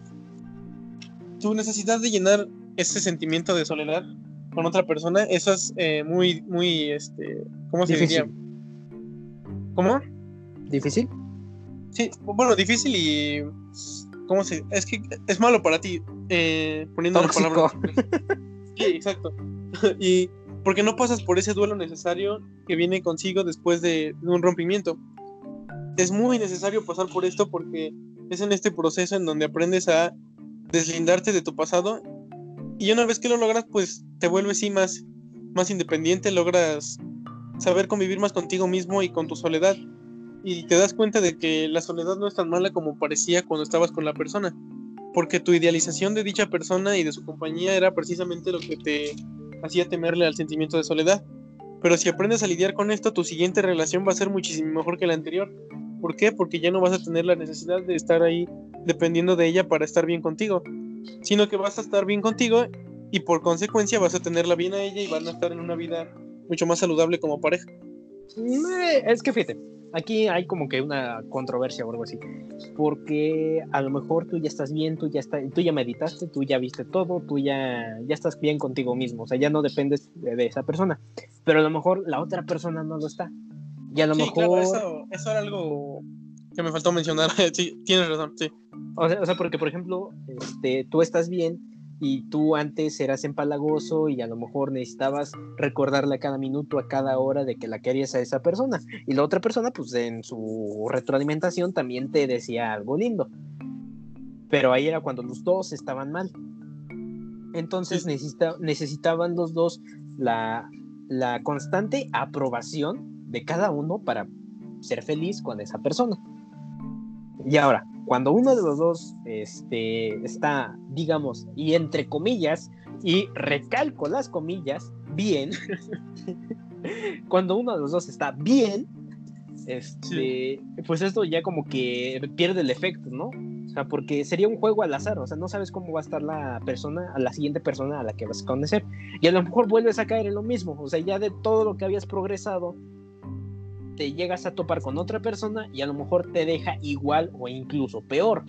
tu necesidad de llenar ese sentimiento de soledad con otra persona, eso es eh, muy, muy, este, ¿cómo se Difícil. diría? ¿Cómo? ¿Difícil? Sí, bueno, difícil y, ¿cómo se? Es que es malo para ti, eh, poniendo la Tóxico. palabra. Sí, exacto. Y porque no pasas por ese duelo necesario que viene consigo después de, de un rompimiento. Es muy necesario pasar por esto porque es en este proceso en donde aprendes a deslindarte de tu pasado y una vez que lo logras, pues te vuelves sí más, más independiente, logras saber convivir más contigo mismo y con tu soledad y te das cuenta de que la soledad no es tan mala como parecía cuando estabas con la persona, porque tu idealización de dicha persona y de su compañía era precisamente lo que te hacía temerle al sentimiento de soledad. Pero si aprendes a lidiar con esto, tu siguiente relación va a ser muchísimo mejor que la anterior. ¿Por qué? Porque ya no vas a tener la necesidad de estar ahí dependiendo de ella para estar bien contigo, sino que vas a estar bien contigo y por consecuencia vas a tenerla bien a ella y van a estar en una vida mucho más saludable como pareja. Es que fíjate, aquí hay como que una controversia o algo así, porque a lo mejor tú ya estás bien, tú ya, está, tú ya meditaste, tú ya viste todo, tú ya, ya estás bien contigo mismo, o sea, ya no dependes de, de esa persona, pero a lo mejor la otra persona no lo está, y a lo Sí, mejor... claro, eso, eso era algo que me faltó mencionar. Sí, tienes razón, sí. O sea, o sea, porque por ejemplo, este, tú estás bien y tú antes eras empalagoso y a lo mejor necesitabas recordarle a cada minuto, a cada hora de que la querías a esa persona. Y la otra persona, pues en su retroalimentación también te decía algo lindo. Pero ahí era cuando los dos estaban mal. Entonces Sí. necesita, necesitaban los dos la, la constante aprobación de cada uno para ser feliz con esa persona. Y ahora, cuando uno de los dos este, está, digamos, y entre comillas, y recalco las comillas, bien, cuando uno de los dos está bien, este, sí. Pues esto ya como que pierde el efecto, ¿no? O sea, porque sería un juego al azar, o sea, no sabes cómo va a estar la persona, a la siguiente persona a la que vas a conocer. Y a lo mejor vuelves a caer en lo mismo, o sea, ya de todo lo que habías progresado, te llegas a topar con otra persona y a lo mejor te deja igual o incluso peor.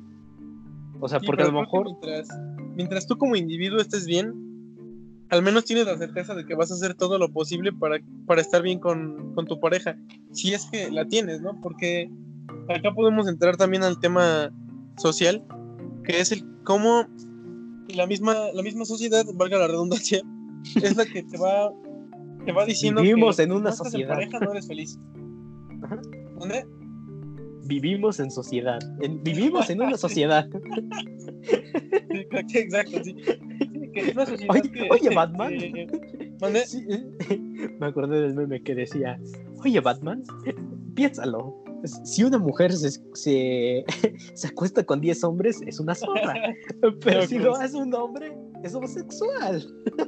O sea, Sí, porque a lo mejor... Mientras, mientras tú como individuo estés bien, al menos tienes la certeza de que vas a hacer todo lo posible para, para estar bien con, con tu pareja. Si es que la tienes, ¿no? Porque acá podemos entrar también al tema social, que es el cómo la misma, la misma sociedad, valga la redundancia, es la que te va, te va diciendo Vivimos que en una no estás sociedad. en pareja, no eres feliz. Ajá. ¿Dónde? Vivimos en sociedad. En, vivimos en una sociedad. Sí, exacto, sí. Sí, que es una sociedad oye, que, oye, Batman. Que, ¿Dónde? Sí, me acordé del meme que decía, oye, Batman, piénsalo. Si una mujer se, se, se acuesta con diez hombres, es una zorra. Pero no, si lo hace un hombre, es homosexual.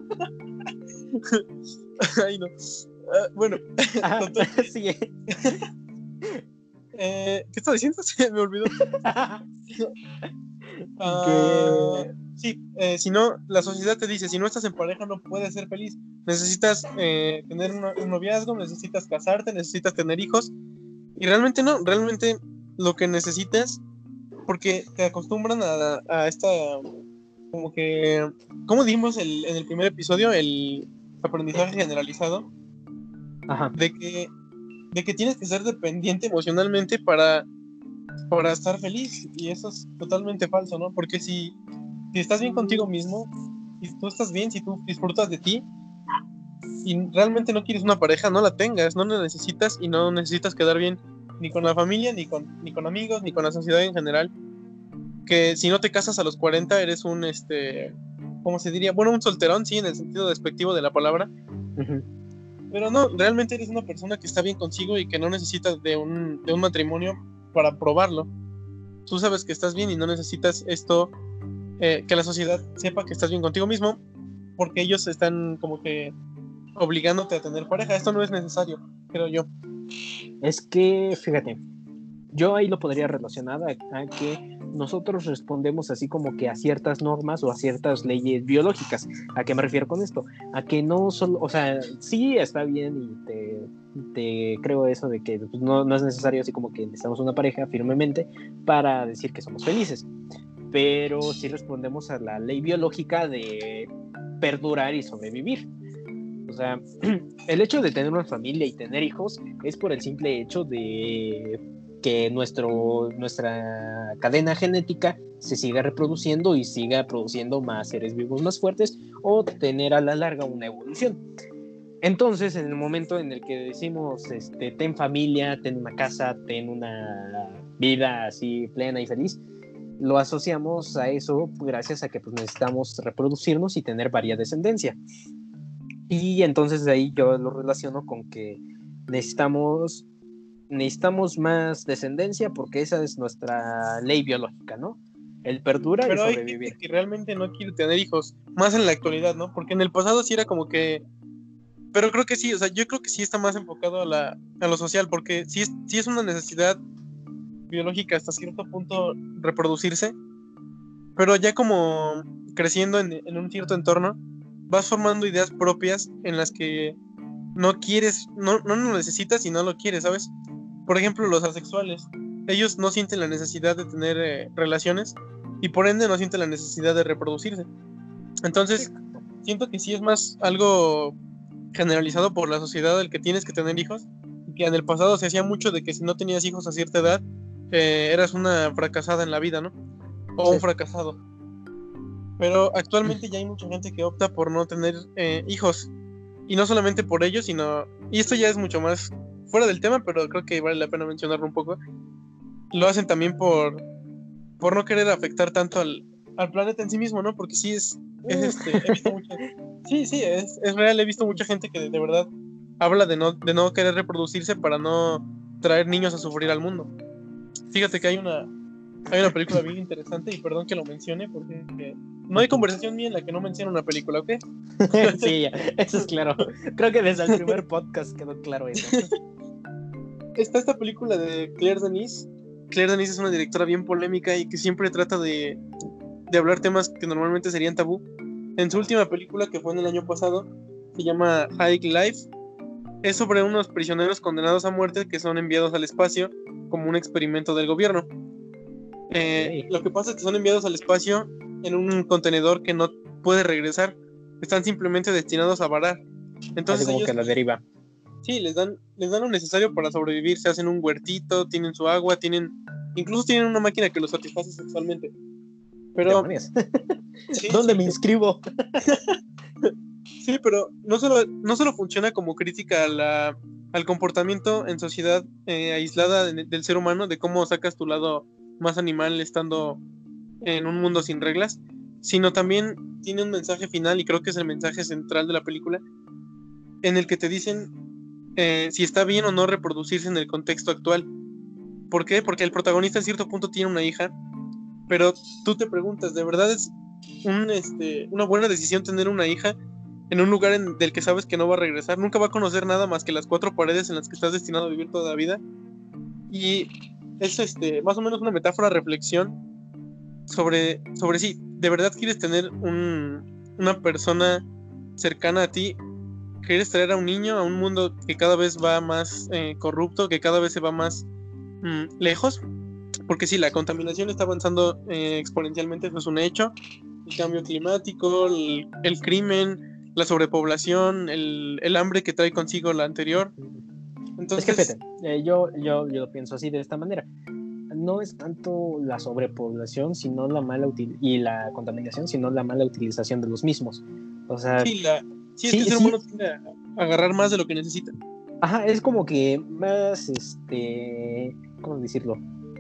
Ay, no. Uh, bueno, ah, sí. eh, ¿qué estás diciendo? Se me olvidó. uh, que... Sí, eh, si no, la sociedad te dice, si no estás en pareja no puedes ser feliz. Necesitas eh, tener un, un noviazgo, necesitas casarte, necesitas tener hijos. Y realmente no, realmente lo que necesitas, porque te acostumbran a, a esta, como que, como dijimos el, en el primer episodio, el aprendizaje generalizado, Ajá. de que, de que tienes que ser dependiente emocionalmente para, para estar feliz. Y eso es totalmente falso, ¿no? Porque si, si estás bien contigo mismo, si tú estás bien, si tú disfrutas de ti, y realmente no quieres una pareja, no la tengas, no la necesitas y no necesitas quedar bien ni con la familia, ni con, ni con amigos, ni con la sociedad en general. Que si no te casas a los cuarenta eres un, este, ¿cómo se diría? Bueno, un solterón, sí, en el sentido despectivo de la palabra. Uh-huh. Pero no, realmente eres una persona que está bien consigo y que no necesitas de un, de un matrimonio para probarlo. Tú sabes que estás bien y no necesitas esto, eh, que la sociedad sepa que estás bien contigo mismo, porque ellos están como que obligándote a tener pareja. Esto no es necesario, creo yo. Es que, fíjate, yo ahí lo podría relacionar a, a que nosotros respondemos así como que a ciertas normas o a ciertas leyes biológicas. ¿A qué me refiero con esto? A que no solo, o sea, sí está bien y te, te creo eso de que pues, no, no es necesario así como que necesitamos una pareja firmemente para decir que somos felices, pero sí respondemos a la ley biológica de perdurar y sobrevivir. O sea, el hecho de tener una familia y tener hijos es por el simple hecho de que nuestro, nuestra cadena genética se siga reproduciendo y siga produciendo más seres vivos más fuertes o tener a la larga una evolución. Entonces, en el momento en el que decimos, este, ten familia, ten una casa, ten una vida así plena y feliz, lo asociamos a eso gracias a que pues, necesitamos reproducirnos y tener varia descendencia. Y entonces de ahí yo lo relaciono con que necesitamos, necesitamos más descendencia porque esa es nuestra ley biológica, ¿no? El perdurar Pero y hay sobrevivir. gente que realmente no quiere tener hijos, más en la actualidad, ¿no? Porque en el pasado sí era como que... Pero creo que sí, o sea, yo creo que sí está más enfocado a, la, a lo social, porque sí es, sí es una necesidad biológica hasta cierto punto reproducirse, pero ya como creciendo en, en un cierto entorno, vas formando ideas propias en las que no quieres, no, no lo necesitas y no lo quieres, ¿sabes? Por ejemplo, los asexuales, ellos no sienten la necesidad de tener eh, relaciones y por ende no sienten la necesidad de reproducirse. Entonces, siento que sí es más algo generalizado por la sociedad el que tienes que tener hijos, y que en el pasado se hacía mucho de que si no tenías hijos a cierta edad, eh, eras una fracasada en la vida, ¿no? O sí. Un fracasado. Pero actualmente ya hay mucha gente que opta por no tener eh, hijos. Y no solamente por ello, sino... Y esto ya es mucho más fuera del tema, pero creo que vale la pena mencionarlo un poco. Lo hacen también por, por no querer afectar tanto al, al planeta en sí mismo, ¿no? Porque sí es... es este, he visto mucha, sí, sí, es, es real. He visto mucha gente que de, de verdad habla de no, de no querer reproducirse para no traer niños a sufrir al mundo. Fíjate que hay una... Hay una película bien interesante, y perdón que lo mencione, porque eh, no hay conversación mía en la que no mencione una película, ¿ok? Sí, eso es claro. Creo que desde el primer podcast quedó claro eso. Está esta película de Claire Denis. Claire Denis es una directora bien polémica y que siempre trata de, de hablar temas que normalmente serían tabú. En su última película, que fue en el año pasado, se llama High Life. Es sobre unos prisioneros condenados a muerte que son enviados al espacio como un experimento del gobierno. Eh, lo que pasa es que son enviados al espacio en un contenedor que no puede regresar. Están simplemente destinados a varar. Entonces así como ellos, que la deriva. Sí, les dan, les dan lo necesario para sobrevivir. Se hacen un huertito, tienen su agua, tienen, incluso tienen una máquina que los satisface sexualmente. Pero sí, ¿dónde sí, me inscribo? Sí, pero no solo, no solo funciona como crítica a la, al comportamiento en sociedad eh, aislada de, del ser humano, de cómo sacas tu lado más animal estando en un mundo sin reglas, sino también tiene un mensaje final, y creo que es el mensaje central de la película, en el que te dicen eh, si está bien o no reproducirse en el contexto actual. ¿Por qué? Porque el protagonista en cierto punto tiene una hija, pero tú te preguntas, ¿de verdad es un, este, una buena decisión tener una hija en un lugar en, del que sabes que no va a regresar? Nunca va a conocer nada más que las cuatro paredes en las que estás destinado a vivir toda la vida. Y es este, más o menos una metáfora, reflexión sobre, sobre si de verdad quieres tener un, una persona cercana a ti. ¿Quieres traer a un niño a un mundo que cada vez va más eh, corrupto, que cada vez se va más mmm, lejos? Porque sí, la contaminación está avanzando eh, exponencialmente, eso es un hecho. El cambio climático, el, el crimen, la sobrepoblación, el, el hambre que trae consigo la anterior. Entonces, es que fíjate, eh, yo, yo, yo lo pienso así de esta manera. No es tanto la sobrepoblación sino la mala util- y la contaminación, sino la mala utilización de los mismos. O sea, sí, la, sí, es sí, que el ser sí. humano tiende a agarrar más de lo que necesita. Ajá, es como que más, este, ¿cómo decirlo?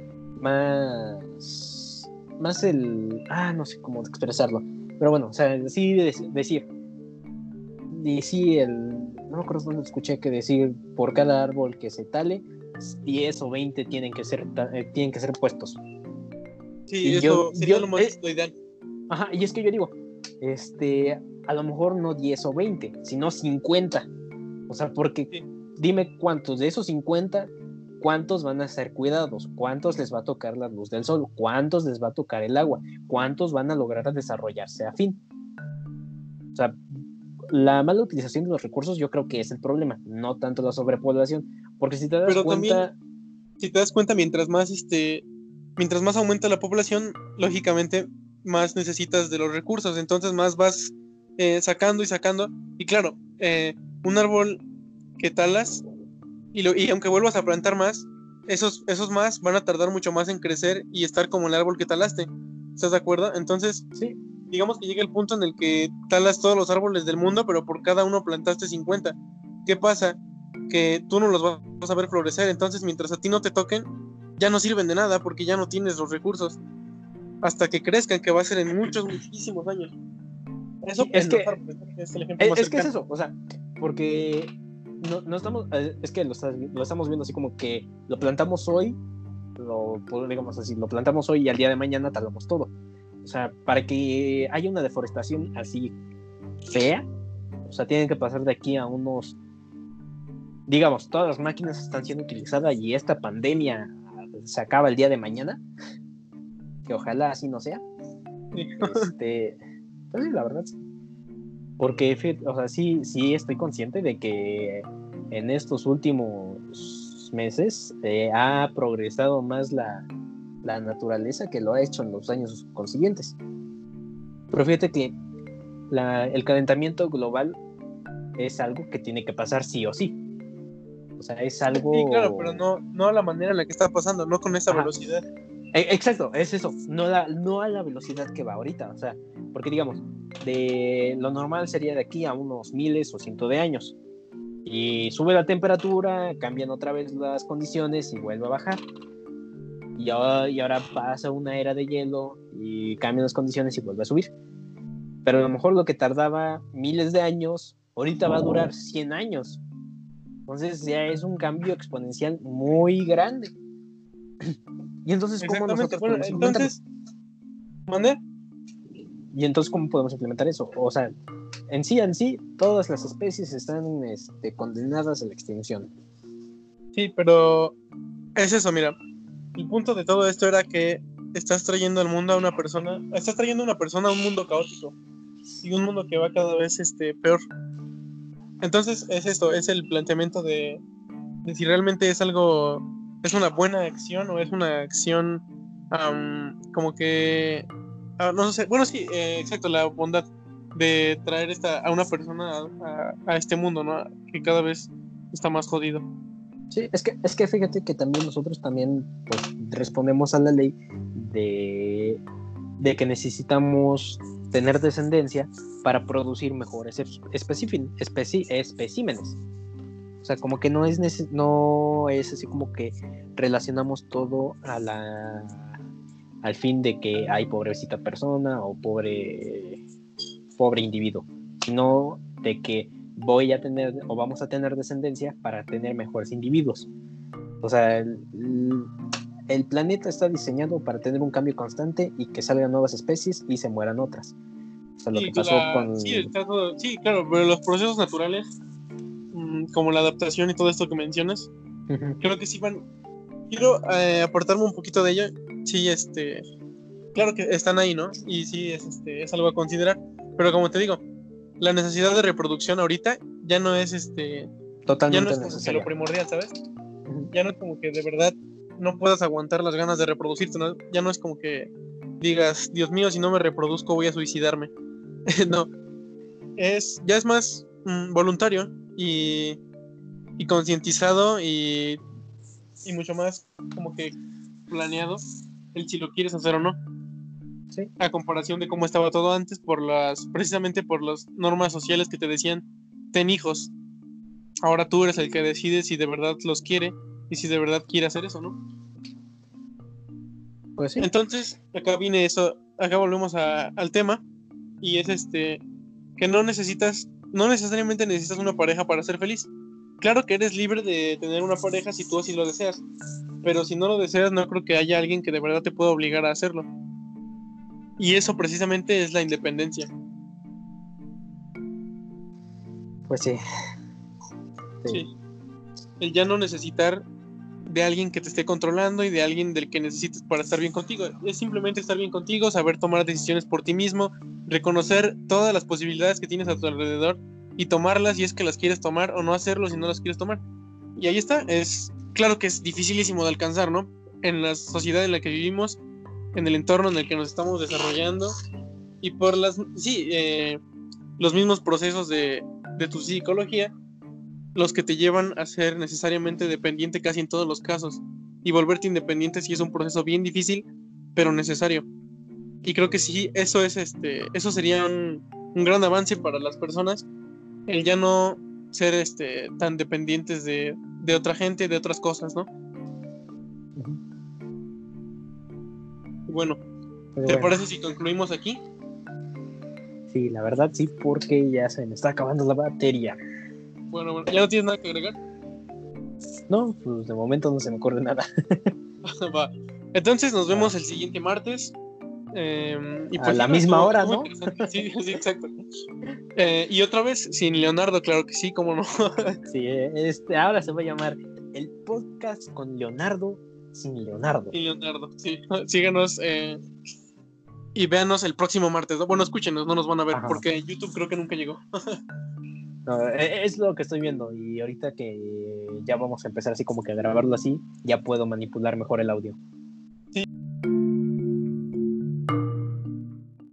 Más, más el, ah, no sé cómo expresarlo, pero bueno, o sea, sí de, decir, decir el, no me acuerdo dónde escuché que decir, por cada árbol que se tale, diez o veinte tienen que ser, eh, tienen que ser puestos. Sí, y eso yo, sería yo, lo más eh, ideal. Ajá, y es que yo digo, este, a lo mejor no diez o veinte, sino cincuenta. O sea, porque sí. Dime cuántos de esos cincuenta ¿cuántos van a ser cuidados? ¿Cuántos les va a tocar la luz del sol? ¿Cuántos les va a tocar el agua? ¿Cuántos van a lograr desarrollarse a fin? O sea, la mala utilización de los recursos yo creo que es el problema, no tanto la sobrepoblación, porque si te das Pero cuenta... también, si te das cuenta, mientras más este, mientras más aumenta la población, lógicamente más necesitas de los recursos, entonces más vas eh, sacando y sacando. Y claro, eh, un árbol que talas y, lo, y aunque vuelvas a plantar más, esos, esos más van a tardar mucho más en crecer y estar como el árbol que talaste. ¿Estás de acuerdo? Entonces, Sí, digamos que llega el punto en el que talas todos los árboles del mundo, pero por cada uno plantaste cincuenta. ¿Qué pasa? Que tú no los vas a ver florecer, entonces mientras a ti no te toquen, ya no sirven de nada porque ya no tienes los recursos hasta que crezcan, que va a ser en muchos, muchísimos años. Eso sí, es en los que árboles, ¿no? Es el ejemplo es, más es que es cercano. eso, o sea, porque no, no estamos, eh, es que lo, está- lo estamos viendo así como que lo plantamos hoy, lo pues, digamos así, lo plantamos hoy y al día de mañana talamos todo. O sea, para que haya una deforestación así fea, o sea, tienen que pasar de aquí a unos, digamos, todas las máquinas están siendo utilizadas y esta pandemia se acaba el día de mañana, que ojalá así no sea. Sí. Este, pues sí, la verdad, sí. Porque, o sea, sí, sí estoy consciente de que en estos últimos meses eh, ha progresado más la, la naturaleza que lo ha hecho en los años consiguientes. Pero fíjate que la, el calentamiento global es algo que tiene que pasar sí o sí. O sea, es Sí, claro, algo... pero no, no a la manera en la que está pasando, no con esa Ajá. velocidad. E- Exacto, es eso, no, la, no a la velocidad que va ahorita, o sea, porque digamos, de lo normal sería de aquí a unos miles o cientos de años, y sube la temperatura, cambian otra vez las condiciones y vuelve a bajar, y ahora, y ahora pasa una era de hielo y cambian las condiciones y vuelve a subir, pero a lo mejor lo que tardaba miles de años, ahorita va a durar cien años, entonces ya es un cambio exponencial muy grande, y entonces, ¿cómo Exactamente, nosotros bueno, podemos implementarlo? entonces, ¿mande? Y entonces, ¿cómo podemos implementar eso? O sea, en sí, en sí, todas las especies están este, condenadas a la extinción. Sí, pero es eso, mira, el punto de todo esto era que estás trayendo al mundo a una persona, estás trayendo a una persona a un mundo caótico y un mundo que va cada vez este, peor. Entonces es esto, es el planteamiento de, de si realmente es algo, es una buena acción o es una acción um, como que, uh, no sé, bueno, sí, eh, exacto, la bondad de traer esta, a una persona a, a, a este mundo, ¿no? Que cada vez está más jodido. Sí, es que, es que fíjate que también nosotros también pues, respondemos a la ley de, de que necesitamos tener descendencia para producir mejores especi especi especímenes. O sea, como que no es, no es así como que relacionamos todo a la, al fin de que hay pobrecita persona o pobre, pobre individuo, sino de que voy a tener o vamos a tener descendencia para tener mejores individuos. O sea, el, el planeta está diseñado para tener un cambio constante y que salgan nuevas especies y se mueran otras. O sea, lo Sí, que pasó la, con... sí, está todo, sí, claro, pero los procesos naturales, mmm, como la adaptación y todo esto que mencionas, Uh-huh. creo que sí van. Quiero eh, aportarme un poquito de ello. Sí, este, claro que están ahí, ¿no? Y sí, es, este, es algo a considerar. Pero como te digo, la necesidad de reproducción ahorita ya no es este, ya no Totalmente es como que lo necesaria. primordial, ¿sabes? Uh-huh. Ya no es como que de verdad no puedas aguantar las ganas de reproducirte, ¿no? Ya no es como que digas, Dios mío, si no me reproduzco voy a suicidarme. No, es, ya es más mm, voluntario y, y concientizado y, y mucho más como que planeado el si lo quieres hacer o no, Sí. a comparación de cómo estaba todo antes por las, precisamente por las normas sociales que te decían, ten hijos. Ahora tú eres el que decide si de verdad los quiere y si de verdad quiere hacer eso, ¿no? Pues sí. Entonces, acá viene eso, acá volvemos a, al tema y es este, que no necesitas, no necesariamente necesitas una pareja para ser feliz. Claro que eres libre de tener una pareja si tú así lo deseas, pero si no lo deseas, no creo que haya alguien que de verdad te pueda obligar a hacerlo. Y eso precisamente es la independencia. Pues sí. Sí. Sí. El ya no necesitar de alguien que te esté controlando y de alguien del que necesites para estar bien contigo. Es simplemente estar bien contigo, saber tomar decisiones por ti mismo, reconocer todas las posibilidades que tienes a tu alrededor y tomarlas si es que las quieres tomar, o no hacerlo si no las quieres tomar. Y ahí está. Es claro que es dificilísimo de alcanzar, ¿no? En la sociedad en la que vivimos, en el entorno en el que nos estamos desarrollando, y por las, sí, eh, los mismos procesos de, de tu psicología, los que te llevan a ser necesariamente dependiente casi en todos los casos. Y volverte independiente sí es un proceso bien difícil, pero necesario. Y creo que sí, eso es este, eso sería un, un gran avance para las personas, el ya no ser este tan dependientes de, de otra gente, de otras cosas, ¿no? Ujú. Bueno, Pero ¿te bueno, parece si concluimos aquí? sí, la verdad sí, porque ya se me está acabando la batería. Bueno, bueno, ¿ya no tienes nada que agregar? No, pues de momento no se me ocurre nada. Va. Entonces nos vemos Ah, el siguiente martes. Eh, y a pues sí, la no, misma estuvo, hora, estuvo ¿no? interesante. Sí, sí, exacto. Eh, y otra vez sin Leonardo, claro que sí, cómo no. Sí, este, ahora se va a llamar el podcast con Leonardo sin Leonardo. Sin Leonardo, sí. Síganos eh, y véanos el próximo martes, ¿no? Bueno, escúchenos, no nos van a ver, Ajá. porque YouTube creo que nunca llegó. No, e- es lo que estoy viendo y ahorita que ya vamos a empezar así como que a grabarlo así, ya puedo manipular mejor el audio.